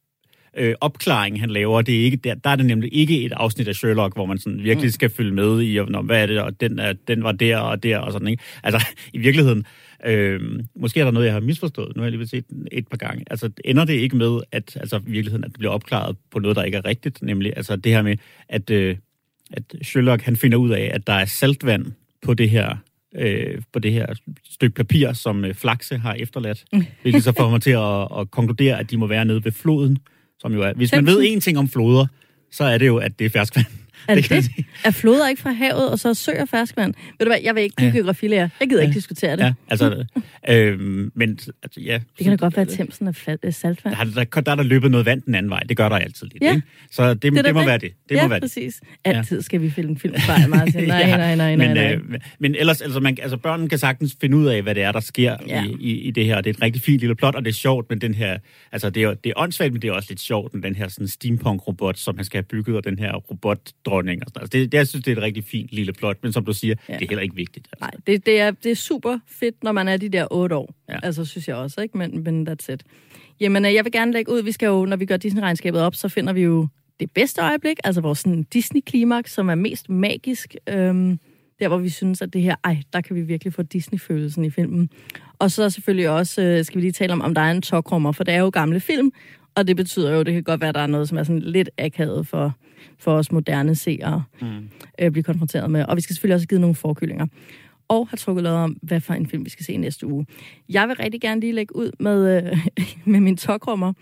Øh, opklaring, han laver, det er ikke, der, der er det nemlig ikke et afsnit af Sherlock, hvor man sådan virkelig mm. skal følge med i, og, hvad er det, og den, er, den var der og der, og sådan, ikke? Altså, i virkeligheden, øh, måske er der noget, jeg har misforstået, nu har jeg lige set et par gange. Altså, ender det ikke med, at altså, i virkeligheden, at det bliver opklaret på noget, der ikke er rigtigt, nemlig altså det her med, at, øh, at Sherlock, han finder ud af, at der er saltvand på det her Øh, på det her stykke papir, som øh, Flakse har efterladt, mm. hvilket så får mig til at, at konkludere, at de må være nede ved floden, som jo er... Hvis man ved en ting om floder, så er det jo, at det er ferskvand. Er det, det? Er floder ikke fra havet, og så er søer ferskvand? Ved du hvad, jeg vil ikke blive ja. geografilærer. Jeg gider ja. ikke diskutere det. Ja, altså... øh, men, altså, ja... Det kan da godt være, at Themsen er fa- saltvand. Der, der, der er der løbet noget vand den anden vej. Det gør der altid lidt, ja. ikke? Så det, det, det må det. være det. Det ja, må være præcis. Det. Altid ja. skal vi filme filmfejl, Martin. Nej, ja. nej, nej, nej, men, nej. Øh, men ellers, altså, man, altså, børnene kan sagtens finde ud af, hvad det er, der sker ja. i, i, i det her. Det er et rigtig fint lille plot, og det er sjovt, men den her... Altså, det er, det er åndssvagt, men det er også lidt sjovt, med den her sådan, steampunk-robot, som han skal have bygget, og den her robotdronning og sådan noget. Altså, det, det, jeg synes, det er et rigtig fint lille plot, men som du siger, ja. det er heller ikke vigtigt. Altså. Nej, det, det, er, det er super fedt, når man er de der otte år. Ja. Altså, synes jeg også, ikke? Men, men that's it. Jamen, jeg vil gerne lægge ud, vi skal jo, når vi gør Disney-regnskabet op, så finder vi jo det bedste øjeblik, altså vores sådan, Disney-klimaks, som er mest magisk. Øhm, der, hvor vi synes, at det her, ej, der kan vi virkelig få Disney-følelsen i filmen. Og så selvfølgelig også, øh, skal vi lige tale om, om der er en tokrummer, for det er jo gamle film, og det betyder jo, det kan godt være, at der er noget, som er sådan lidt akavet for, for os moderne seere mm. øh, blive konfronteret med. Og vi skal selvfølgelig også give nogle forkyllinger. Og har trukket lod om, hvad for en film vi skal se næste uge. Jeg vil rigtig gerne lige lægge ud med, øh, med min tokrummer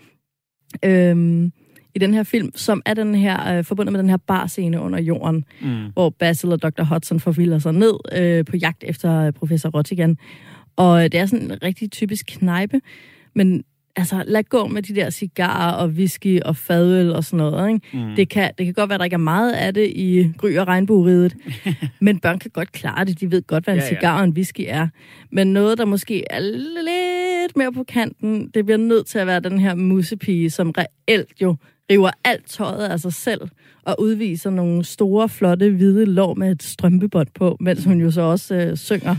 øh, i den her film, som er den her, øh, forbundet med den her barscene under jorden, mm. hvor Basil og doktor Hudson forvilder sig ned øh, på jagt efter professor Rotigan. Og det er sådan en rigtig typisk knejpe, men altså, lad gå med de der cigarer og whisky og fadøl og sådan noget, ikke? Mm. Det, kan, det kan godt være, der ikke er meget af det i Gry og Regnbueriget, men børn kan godt klare det. De ved godt, hvad en ja, ja. cigar og en whisky er. Men noget, der måske er lidt mere på kanten, det bliver nødt til at være den her musepige, som reelt jo river alt tøjet af sig selv og udviser nogle store, flotte, hvide lår med et strømpebånd på, mens hun jo så også øh, synger.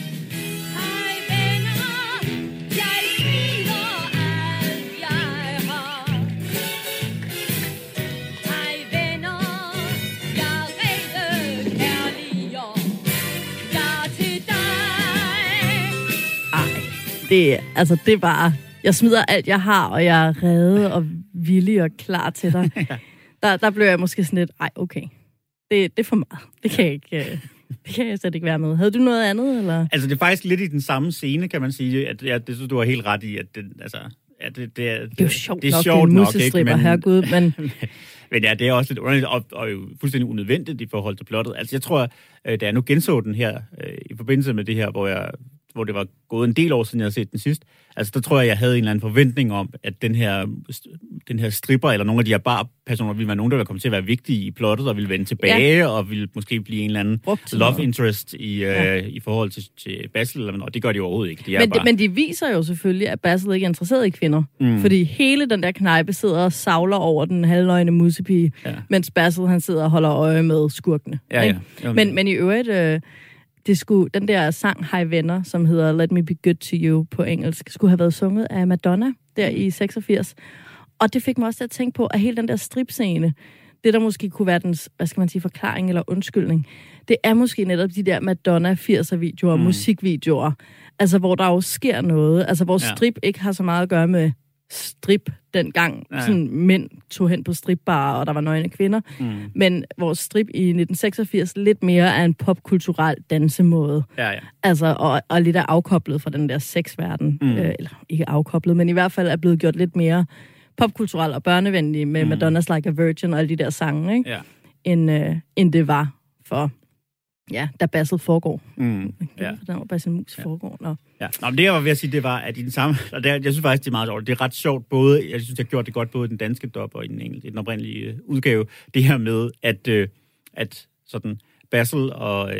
Det, altså, det var... Jeg smider alt, jeg har, og jeg er rede og villig og klar til dig. ja. der, der blev jeg måske sådan lidt, ej, okay. Det, det er for meget. Det kan jeg ikke... Det kan jeg slet ikke være med. Havde du noget andet, eller? Altså, det er faktisk lidt i den samme scene, kan man sige. At, ja, det synes du har helt ret i, at den, altså... Ja, det, det, er, det, det er jo sjovt det er nok, sjovt det er en musestripper, herregud, men... men ja, det er også lidt underligt, og, og jo fuldstændig unødvendigt i forhold til plottet. Altså, jeg tror, da jeg nu genså den her, øh, i forbindelse med det her, hvor jeg... hvor det var gået en del år siden, jeg havde set den sidst. Altså, der tror jeg, jeg havde en eller anden forventning om, at den her, den her stripper, eller nogle af de her barpersoner, ville være nogen, der ville komme til at være vigtige i plottet, og ville vende tilbage, ja. og ville måske blive en eller anden Brugt love noget. interest i, ja. øh, i forhold til, til Basil, og det gør de overhovedet ikke. De men, bare... de, men de viser jo selvfølgelig, at Basil ikke er interesseret i kvinder. Mm. Fordi hele den der knejpe sidder og savler over den halvnøgne musepige, ja. mens Basil, han sidder og holder øje med skurkene. Ja, ja. Jo, men, men i øvrigt... Øh, Det skulle, den der sang, Hej Venner, som hedder Let Me Be Good To You på engelsk, skulle have været sunget af Madonna der i seksogfirs. Og det fik mig også til at tænke på, at hele den der stripscene, det der måske kunne være dens, hvad skal man sige, forklaring eller undskyldning, det er måske netop de der Madonna firser-videoer, mm. musikvideoer, altså hvor der jo sker noget, altså hvor ja. strip ikke har så meget at gøre med strip dengang, ja. sådan mænd tog hen på stripbarer, og der var nøgne kvinder, mm. men hvor strip i nitten seksogfirs lidt mere er en popkulturel dansemåde. Ja, ja. Altså, og, og lidt er afkoblet fra den der sexverden, mm. øh, eller ikke afkoblet, men i hvert fald er blevet gjort lidt mere popkulturel og børnevenlig med mm. Madonna's Like a Virgin og alle de der sange, ikke? Ja. End, øh, end det var for, ja, da Basil foregår. Mm. Ja. Der var Basil Mus ja. foregår. Nå. Ja. Nå, men det jeg var ved at sige, det var, at i den samme, og det, jeg synes faktisk, det er meget sjovt, det er ret sjovt, både, jeg synes, jeg har gjort det godt, både i den danske dub og i den, engelske, i den oprindelige udgave, det her med, at, øh, at sådan, Basil og, øh,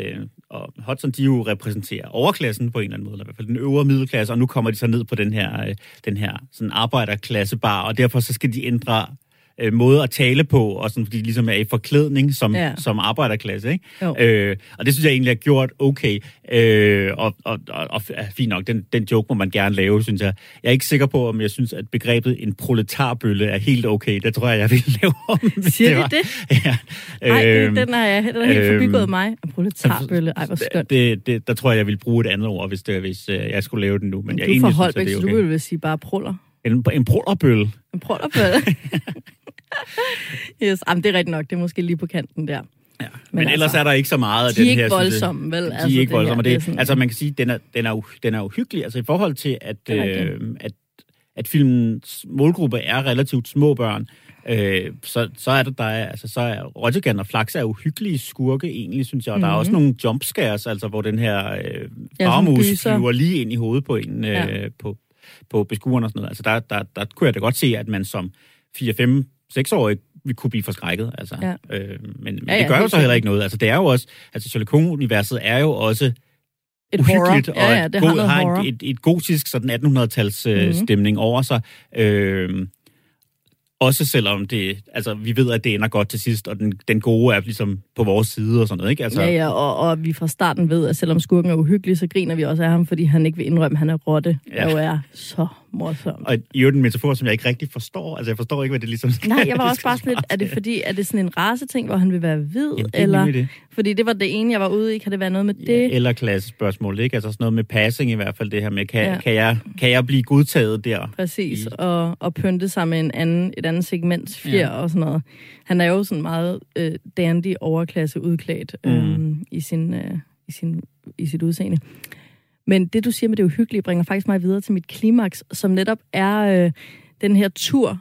og Hudson, de jo repræsenterer overklassen på en eller anden måde, eller i hvert fald den øvre middelklasse, og nu kommer de så ned på den her, øh, den her sådan arbejderklassebar, og derfor så skal de ændre øh, måde at tale på, og sådan, fordi de ligesom er i forklædning som, ja. som arbejderklasse, ikke? Øh, og det synes jeg egentlig er gjort okay, øh, og, og, og, og fint nok, den, den joke må man gerne lave, synes jeg. Jeg er ikke sikker på, om jeg synes, at begrebet en proletarbølle er helt okay. Det tror jeg, jeg vil lave om. Siger de det? Ja. Ej, øh, den er, den er helt øh, forbigået mig. En proletarbølle. Ej, hvor skønt. Det, det, der tror jeg, jeg vil bruge et andet ord, hvis, det, hvis uh, jeg skulle lave den nu. Men, men jeg du er får egentlig Holbæk, synes, at det er okay. Så du vil sige bare pruller. En, en prullerbølle. En prullerbølle. Yes. Jamen, det er rigtigt nok. Det er måske lige på kanten der. Ja. Men, Men ellers altså, er der ikke så meget af de den her... De er ikke voldsomme, vel? De altså, er ikke voldsomme. Det, det altså, man kan sige, den er, den er, den er uhyggelig. Altså, i forhold til, at, øh, at, at filmens målgruppe er relativt små børn, øh, så, så er der, der er, altså, så er Rodrigan og Flax er uhyggelige skurke, egentlig, synes jeg. Og mm-hmm. der er også nogle jumpscares, altså, hvor den her øh, farmus ja, flyver lige ind i hovedet på en, øh, ja. på, på beskueren og sådan noget. Altså, der, der, der kunne jeg da godt se, at man som fire, fem, seks-årig vi kunne blive forskrækket, altså. Ja. Øh, men men ja, ja, det gør jo så heller ikke noget. Altså, det er jo også... Altså, Sherlock Holmes-universet er jo også et uhyggeligt, horror. Ja, ja, det og har, har et, et, et gotisk sådan attenhundrede-tals øh, mm-hmm. stemning over sig. Øh, også selvom det... Altså, vi ved, at det ender godt til sidst, og den, den gode er ligesom på vores side og sådan noget, ikke? Altså, ja, ja, og, og vi fra starten ved, at selvom skurken er uhyggelig, så griner vi også af ham, fordi han ikke vil indrømme, at han er rotte. Ja. Og er så morsomt. Og i øvrigt en metafor, som jeg ikke rigtig forstår. Altså, jeg forstår ikke, hvad det ligesom skal. Nej, jeg var også bare sådan lidt, er det fordi, er det sådan en raceting, hvor han vil være hvid? Jamen, eller det. Fordi det var det ene, jeg var ude i. Kan det være noget med det? Ja, eller klassespørgsmål, ikke? Altså sådan noget med passing i hvert fald, det her med, kan, ja. kan, jeg, kan jeg blive godtaget der? Præcis, i... og, og pynte sig med en anden, et andet segments fjer ja. og sådan noget. Han er jo sådan meget øh, dandy overklasse udklædt øh, mm. i, sin, øh, i, sin, i sit udseende. Men det, du siger med det uhyggelige, bringer faktisk mig videre til mit klimaks, som netop er øh, den her tur,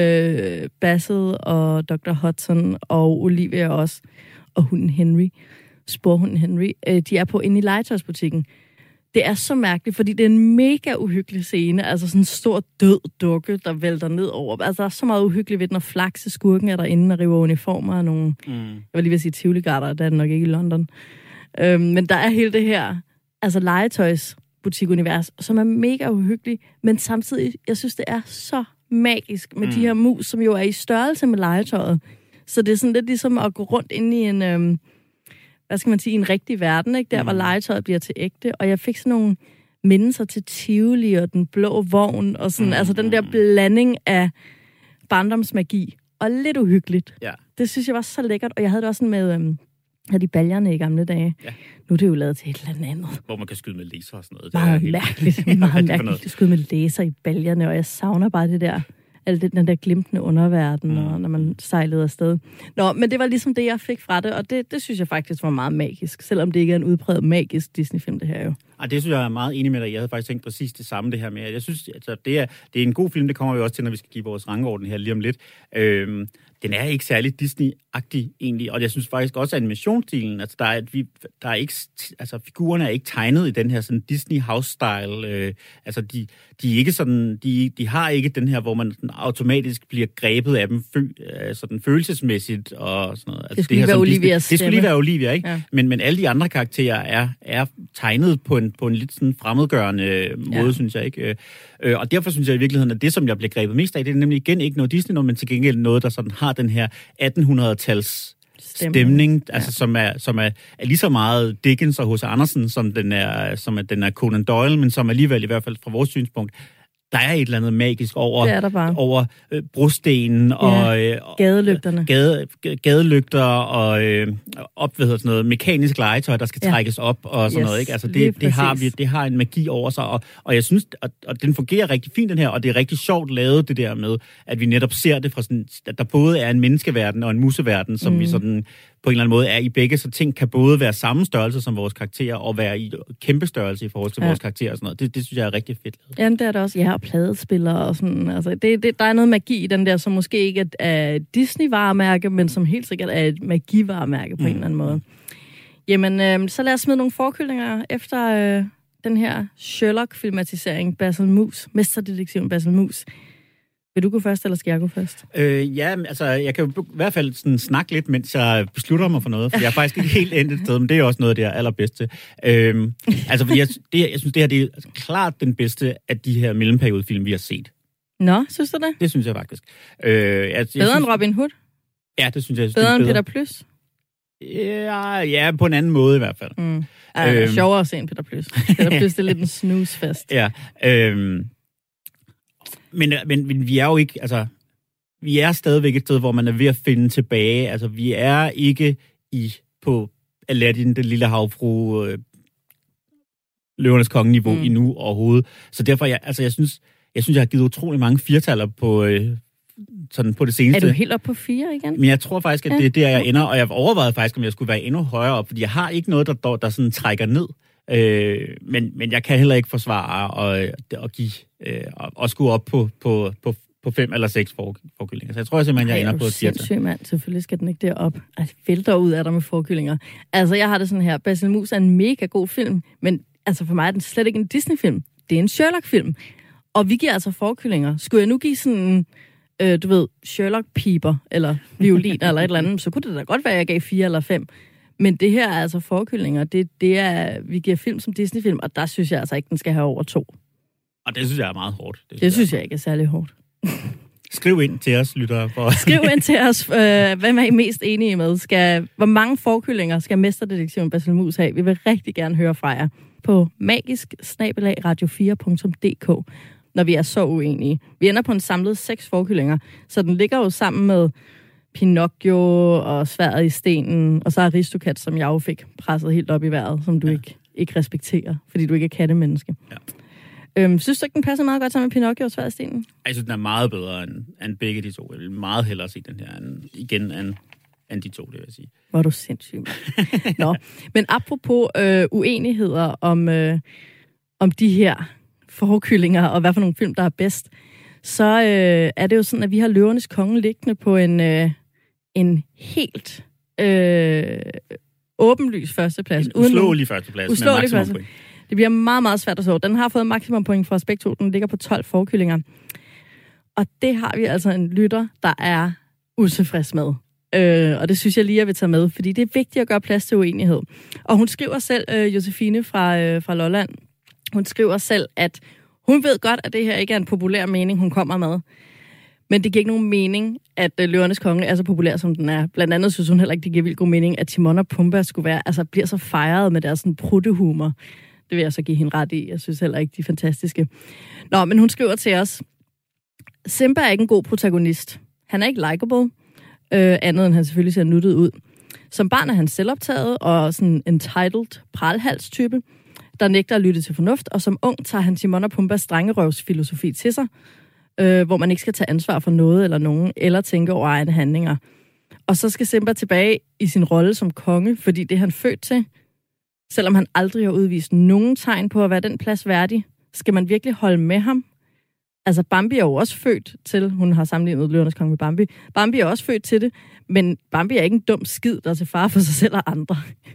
øh, Bassett og doktor Hudson og Olivia også, og hunden Henry, sporhunden Henry, øh, de er på inde i legetøjsbutikken. Det er så mærkeligt, fordi det er en mega uhyggelig scene, altså sådan en stor død dukke, der vælter ned over. Altså der er så meget uhyggeligt ved, når Flakse skurken er derinde og river uniformer af nogle, mm. jeg vil lige vil sige Tivoli-garter, der er det nok ikke i London. Øh, men der er hele det her altså legetøjsbutik-univers, som er mega uhyggelig, men samtidig, jeg synes, det er så magisk med mm. de her mus, som jo er i størrelse med legetøjet. Så det er sådan lidt ligesom at gå rundt ind i en, øhm, hvad skal man sige, en rigtig verden, ikke? Der, mm. hvor legetøjet bliver til ægte. Og jeg fik sådan nogle mindelser til Tivoli og den blå vogn, og sådan, mm. altså den der blanding af barndomsmagi, og lidt uhyggeligt. Ja. Det synes jeg var så lækkert, og jeg havde det også sådan med... Øhm, havde de baljerne i gamle dage. Ja. Nu er det jo lavet til et eller andet. Hvor man kan skyde med laser og sådan noget. Meget helt... mærkeligt. Meget mærkeligt at skyde med laser i baljerne, og jeg savner bare det der, alt det, den der glimtende underverden, mm. og når man sejlede afsted. Nå, men det var ligesom det, jeg fik fra det, og det, det synes jeg faktisk var meget magisk, selvom det ikke er en udpræget magisk Disney-film, det her jo. Ej, det synes jeg er meget enig med dig. Jeg havde faktisk tænkt præcis det samme, det her med. Jeg synes, altså, det, er, det er en god film, det kommer vi også til, når vi skal give vores rangorden her lige om lidt. Øhm, den er ikke særlig Disney-agtig egentlig, og jeg synes faktisk også, at animationsstilen, altså der er, et, vi, der er ikke, altså figurerne er ikke tegnet i den her sådan Disney house-style. Øh, altså de, de er ikke sådan, de, de har ikke den her, hvor man sådan automatisk bliver grebet af dem fø, øh, sådan følelsesmæssigt og sådan noget. Altså, det skulle lige være Olivias Det skulle lige være Olivia, ikke? Ja. Men, men alle de andre karakterer er, er tegnet på en, på en lidt sådan fremmedgørende måde, ja. synes jeg, ikke? Øh, og derfor synes jeg i virkeligheden, at det, som jeg blev grebet mest af, det er nemlig igen ikke noget Disney, men til gengæld noget, der sådan har den her attenhundrede-tals stemning, ja. altså som er som er, er lige så meget Dickens og H C Andersen, som den er som er den er Conan Doyle, men som alligevel i hvert fald fra vores synspunkt, der er et eller andet magisk over over øh, brostenen og ja, øh, gadelygterne, gade, gadelygter og øh, op hvad hedder sådan noget mekanisk legetøj, der skal ja. trækkes op og sådan yes, noget, ikke? Altså det det har vi det har en magi over sig, og og jeg synes at, og den fungerer rigtig fint den her, og det er rigtig sjovt lavet det der med at vi netop ser det fra sådan at der både er en menneskeverden og en museverden, som mm. vi sådan på en eller anden måde er i begge, så ting kan både være samme størrelse som vores karakterer, og være i kæmpe størrelse i forhold til ja. vores karakterer og sådan noget. Det, det synes jeg er rigtig fedt lavet. Jamen, det er det også. Ja, og pladespillere og sådan. Altså, det, det, der er noget magi i den der, som måske ikke er et Disney-varemærke, men som helt sikkert er et magi-varemærke på mm. en eller anden måde. Jamen, øh, så lad os smide nogle forkyldninger efter øh, den her Sherlock-filmatisering, Basil Mus, mesterdetektiven Basil Mus. Vil du gå først, eller skal jeg gå først? Øh, ja, altså, jeg kan jo i hvert fald sådan snakke lidt, mens jeg beslutter mig for noget, for jeg er faktisk ikke helt endt et sted, men det er også noget, det er allerbedst til. Øh, altså, fordi jeg, det, jeg synes, det her det er altså, klart den bedste af de her mellemperiodefilm, vi har set. Nå, synes du det? Det synes jeg faktisk. Øh, jeg, jeg bedre synes, end Robin Hood? Ja, det synes jeg. Bedre, bedre end Peter Plys? Ja, ja, på en anden måde i hvert fald. Mm. Ja, det er sjovere at se end Peter Plys. Peter Plys, det er lidt en snusfest. Ja, øh, men, men, men vi er jo ikke, altså, vi er stadigvæk et sted, hvor man er ved at finde tilbage. Altså, vi er ikke i på Aladdin, den lille havfru, øh, Løvernes Konge-niveau mm. endnu overhovedet. Så derfor, jeg, altså, jeg synes, jeg synes, jeg har givet utrolig mange firtaller på, øh, sådan på det seneste. Er du helt op på fire igen? Men jeg tror faktisk, at det er der, jeg ender, og jeg overvejede faktisk, om jeg skulle være endnu højere op, fordi jeg har ikke noget, der, der sådan trækker ned. Øh, men, men jeg kan heller ikke forsvare at, at give øh, og skulle op på, på, på, på fem eller seks for, forkyllinger. Så jeg tror simpelthen, jeg ender på et firtal. Sindssygt, mand. Selvfølgelig skal den ikke derop. Ej, det vælter ud af dig med forkyllinger. Altså, jeg har det sådan her. Basil Mus er en mega god film, men altså for mig er den slet ikke en Disney-film. Det er en Sherlock-film. Og vi giver altså forkyllinger. Skulle jeg nu give sådan, øh, du ved, Sherlock-piber, eller violin, eller et eller andet, så kunne det da godt være, at jeg gav fire eller fem. Men det her er altså forkyllinger. Det, det er, vi giver film som Disney-film, og der synes jeg altså ikke, den skal have over to. Og det synes jeg er meget hårdt. Det synes, det synes jeg, jeg ikke er særlig hårdt. Skriv ind til os, lyttere. For... Skriv ind til os, øh, hvem er I mest enige med? Skal, hvor mange forkyllinger skal mesterdetektiven Basil Mus have? Vi vil rigtig gerne høre fra jer på magisk snabel-a radio fire punktum d k, når vi er så uenige. Vi ender på en samlet seks forkyllinger, så den ligger jo sammen med Pinocchio og Sværdet i stenen, og så Aristocat, som jeg jo fik presset helt op i vejret, som du ja. ikke, ikke respekterer, fordi du ikke er kattemenneske. Ja. Øhm, synes du ikke, den passer meget godt sammen med Pinocchio og Sværdet i stenen? Jeg synes, den er meget bedre end, end begge de to. Jeg vil meget hellere se den her end, igen end, end de to, det vil jeg sige. Hvor er du sindssyg. Nå, men apropos øh, uenigheder om, øh, om de her forkyllinger, og hvad for nogle film, der er bedst, så øh, er det jo sådan, at vi har Løvernes Konge liggende på en, øh, en helt øh, åbenlys førsteplads. En uslåelig førsteplads. Uslåelig førsteplads. Det bliver meget, meget svært at så. Den har fået maksimum point fra Spektro. Den ligger på tolv forkyllinger. Og det har vi altså en lytter, der er utilfreds med. Øh, og det synes jeg lige, jeg vil tage med, fordi det er vigtigt at gøre plads til uenighed. Og hun skriver selv, øh, Josefine fra, øh, fra Lolland, hun skriver selv, at hun ved godt, at det her ikke er en populær mening, hun kommer med. Men det giver ikke nogen mening, at øh, Løvernes Konge er så populær, som den er. Blandt andet synes hun heller ikke, det giver vildt god mening, at Timon og Pumba skulle være, altså bliver så fejret med deres sådan pruttehumor. Det vil jeg så give hende ret i. Jeg synes heller ikke, de er fantastiske. Nå, men hun skriver til os, Simba er ikke en god protagonist. Han er ikke likable, øh, andet end han selvfølgelig ser nuttet ud. Som barn er han selvoptaget og sådan entitled pralhals-type, der nægter at lytte til fornuft, og som ung tager han Timon og Pumbas drengerøvsfilosofi til sig, øh, hvor man ikke skal tage ansvar for noget eller nogen, eller tænke over egne handlinger. Og så skal Simba tilbage i sin rolle som konge, fordi det er han født til. Selvom han aldrig har udvist nogen tegn på at være den plads værdig, skal man virkelig holde med ham? Altså, Bambi er jo også født til, hun har sammenlignet Løvernes Konge med Bambi, Bambi er også født til det, men Bambi er ikke en dum skid, der er til fare for sig selv og andre.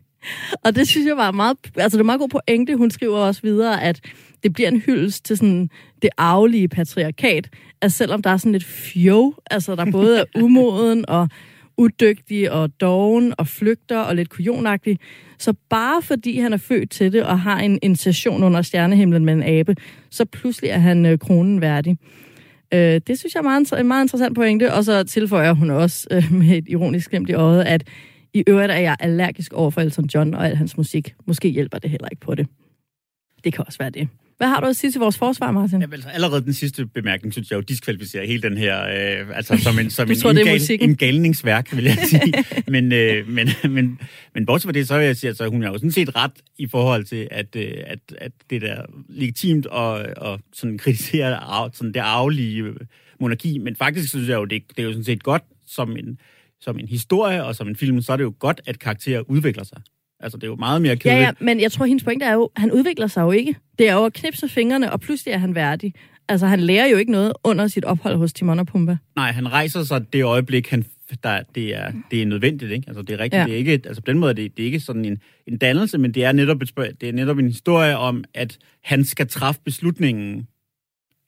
Og det synes jeg var meget, altså det er meget god pointe. Hun skriver også videre, at det bliver en hyldest til sådan det arvelige patriarkat, at selvom der er sådan lidt fjov, altså der både er umoden og udygtig og doven og flygter og lidt kujonagtig, så bare fordi han er født til det og har en insertion under stjernehimlen med en abe, så pludselig er han øh, kronen værdig. Øh, det synes jeg er meget, en meget interessant pointe, og så tilføjer hun også øh, med et ironisk glimt i øjet, at i øvrigt er jeg allergisk over for Elton John og al hans musik. Måske hjælper det heller ikke på det. Det kan også være det. Hvad har du at sige til vores forsvar, Martin? Ja, altså, allerede den sidste bemærkning, synes jeg jo diskvalificerer hele den her, øh, altså som en, som en, tror, en, gal, en galningsværk, vil jeg sige. men, øh, men, men, men bortset fra det, så vil jeg sige, at altså, hun er jo sådan set ret i forhold til, at, øh, at, at det der legitimt og, og sådan kritisere sådan det arvelige monarki, men faktisk synes jeg jo, det, det er jo sådan set godt som en, som en historie og som en film, så er det jo godt, at karakterer udvikler sig. Altså, det er jo meget mere kedeligt. Ja, ja, men jeg tror, hendes pointe er jo, han udvikler sig jo ikke. Det er jo at knipse fingrene, og pludselig er han værdig. Altså, han lærer jo ikke noget under sit ophold hos Timon og Pumba. Nej, han rejser sig det øjeblik, han, der, det, er, det er nødvendigt, ikke? Altså, det er rigtigt. Ja. Det er ikke, altså, på den måde, det, det er ikke sådan en, en dannelse, men det er, netop et, det er netop en historie om, at han skal træffe beslutningen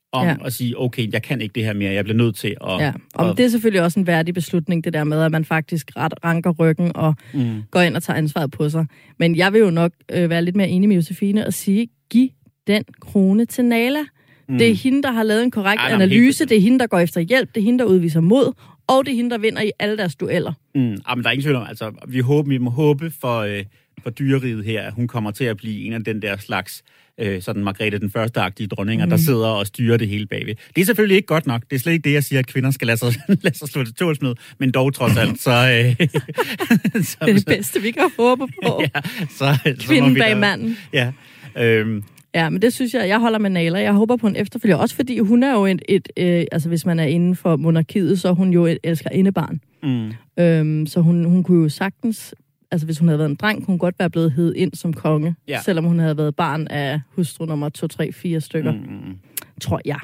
om ja. at sige, okay, jeg kan ikke det her mere, jeg bliver nødt til at... Ja, og at... det er selvfølgelig også en værdig beslutning, det der med, at man faktisk ret ranker ryggen og mm. går ind og tager ansvaret på sig. Men jeg vil jo nok øh, være lidt mere enig med Josefine og sige, giv den krone til Nala. Mm. Det er hende, der har lavet en korrekt Ej, analyse, det er hende, der går efter hjælp, det er hende, der udviser mod, og det er hende, der vinder i alle deres dueller. Mm. Jamen, der er ingen tvivl om, altså, vi, håber, vi må håbe for, øh, for dyreriget her, at hun kommer til at blive en af den der slags øh, sådan Margrethe den første-agtige dronninger, mm. der sidder og styrer det hele bagved. Det er selvfølgelig ikke godt nok. Det er slet ikke det, jeg siger, at kvinder skal lade sig, lade sig slå til tåls med, men dog trods alt, så... Øh, så det er det bedste, vi kan håbe på. ja, så, Kvinden så bag der, manden. Ja, øh, Ja, men det synes jeg, jeg holder med Nala. Jeg håber på en efterfølger, også fordi hun er jo et, et øh, altså hvis man er inden for monarkiet, så er hun jo et elskerinde-barn. Mm. Øhm, så hun, hun kunne jo sagtens, altså hvis hun havde været en dreng, kunne hun godt være blevet hed ind som konge, ja. Selvom hun havde været barn af hustru nummer to, tre, fire stykker, mm. tror jeg.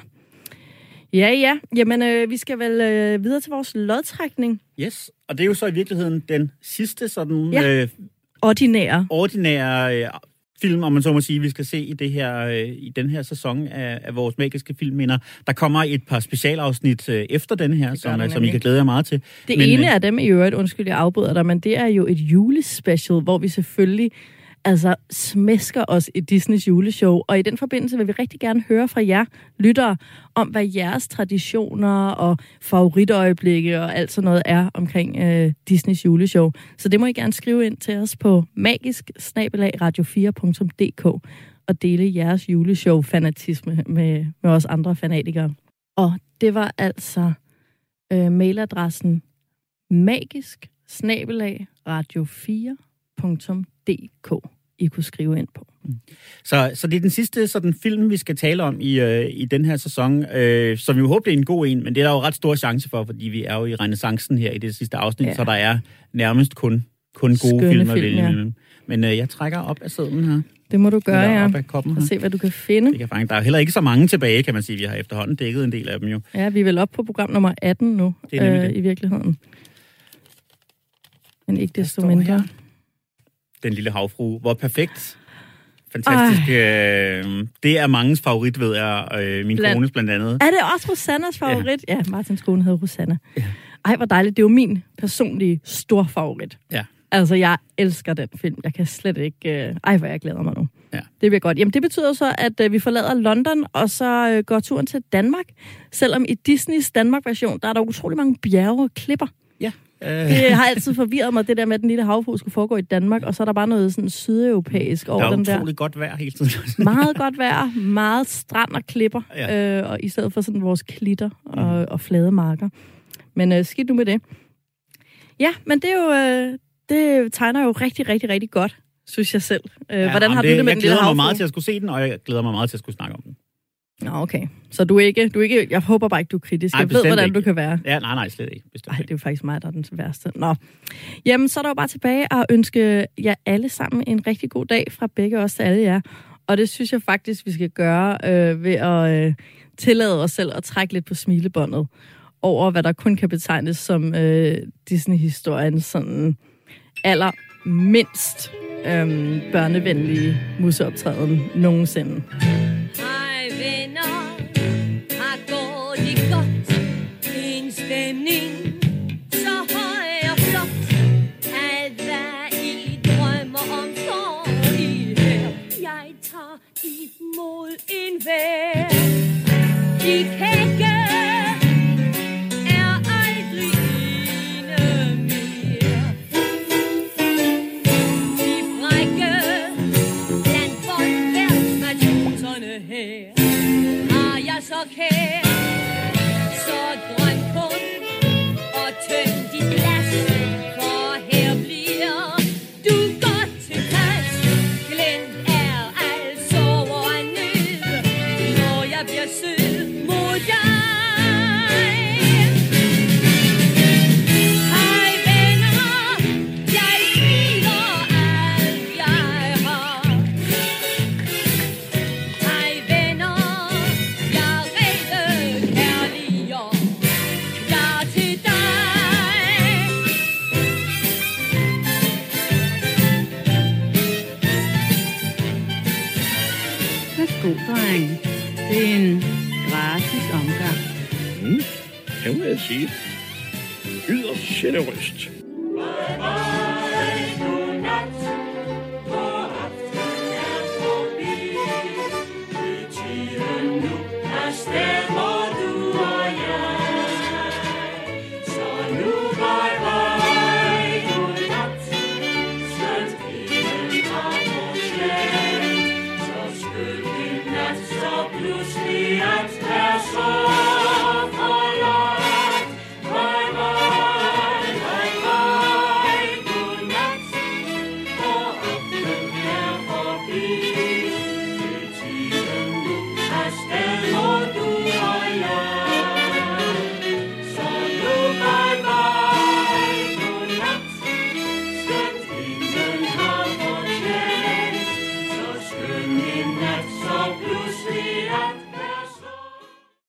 Ja, ja. Jamen, øh, vi skal vel øh, videre til vores lodtrækning. Yes, og det er jo så i virkeligheden den sidste sådan... Ja. Øh, ordinære. Ordinære... Øh, film, om man så må sige, vi skal se i det her øh, i den her sæson af, af vores magiske filmminder. Der kommer et par specialafsnit øh, efter den her, som, der, som I kan glæde jer meget til. Det men, ene af dem i øvrigt, undskyld, jeg afbryder dig, men det er jo et julespecial, hvor vi selvfølgelig altså smæsker os i Disneys juleshow, og i den forbindelse vil vi rigtig gerne høre fra jer lyttere om, hvad jeres traditioner og favoritøjeblikke og alt sådan noget er omkring øh, Disneys juleshow. Så det må I gerne skrive ind til os på magisk bindestreg radio fire punktum d k og dele jeres juleshow-fanatisme med, med os andre fanatikere. Og det var altså øh, mailadressen magisk bindestreg radio fire punktum d k. I kunne skrive ind på. Så, så det er den sidste sådan, film, vi skal tale om i, øh, i den her sæson, øh, som vi jo håber, det er en god en, men det er der jo ret stor chance for, fordi vi er jo i renaissancen her i det sidste afsnit, ja. Så der er nærmest kun, kun gode Skønne film at film, vælge. Ja. Men øh, jeg trækker op af sædlen her. Det må du gøre, ja. Op af koppen og se, hvad du kan finde. Det kan fange. Der er heller ikke så mange tilbage, kan man sige. Vi har efterhånden dækket en del af dem jo. Ja, vi er vel op på program nummer atten nu, øh, i virkeligheden. Men ikke desto mindre. Her. Den lille havfrue. Hvor perfekt. Fantastisk. Øh, det er mangens favorit, ved jeg. Øh, min Bland... kones blandt andet. Er det også Rosannas favorit? Ja, ja, Martins kone hedder Rosanna. Ja. Ej, hvor dejligt. Det er jo min personlige stor favorit. Ja. Altså, jeg elsker den film. Jeg kan slet ikke... Øh... Ej, hvor jeg glæder mig nu. Ja. Det bliver godt. Jamen, det betyder så, at øh, vi forlader London, og så øh, går turen til Danmark. Selvom i Disneys Danmark-version, der er der utrolig mange bjerge og klipper. Ja. Det har altid forvirret mig, det der med, at den lille havfrue skulle foregå i Danmark, og så er der bare noget sådan sydeuropæisk over den der. Der er utroligt godt vejr hele tiden. Meget godt vejr, meget strand og klipper, ja. øh, og i stedet for sådan vores klitter og, mm. og flade marker. Men øh, skidt nu med det. Ja, men det er jo, øh, det tegner jo rigtig, rigtig, rigtig godt, synes jeg selv. Øh, ja, hvordan har det, du det med den lille havfrue? Jeg glæder mig meget til at skulle se den, og jeg glæder mig meget til at skulle snakke om den. Nå, okay. Så du er ikke, du er ikke, jeg håber bare ikke, du er kritisk. Ej, jeg ved, hvordan ikke. Du kan være. Ja, nej, nej, slet ikke. Nej, det er jo faktisk mig, der er den værste. Nå. Jamen, så er der jo bare tilbage at ønske jer alle sammen en rigtig god dag fra begge os til alle jer. Og det synes jeg faktisk, vi skal gøre øh, ved at øh, tillade os selv at trække lidt på smilebåndet over, hvad der kun kan betegnes som øh, Disney-historiens sådan allermindst øh, børnevenlige museoptræden nogensinde. Stemning, så høj og flot. Alt hvad I drømmer om står I her. Jeg tager imod enhver. De kække er aldrig ene mere. De frække blandt folkeværdsmatroserne her. Har jeg så kær, så drøm kun og tøm dit glas, for her bliver du godt tilpas. Glemt er al sorg og nød, når jeg bliver sød mod dig. Hej venner, jeg smiler alt jeg har. Hej venner, jeg er rede kærlig og klar til dig. Værsgo, dreng. Det er en gratis omgang. Mm, kan man sige. Yderst generøst. Bye, bye.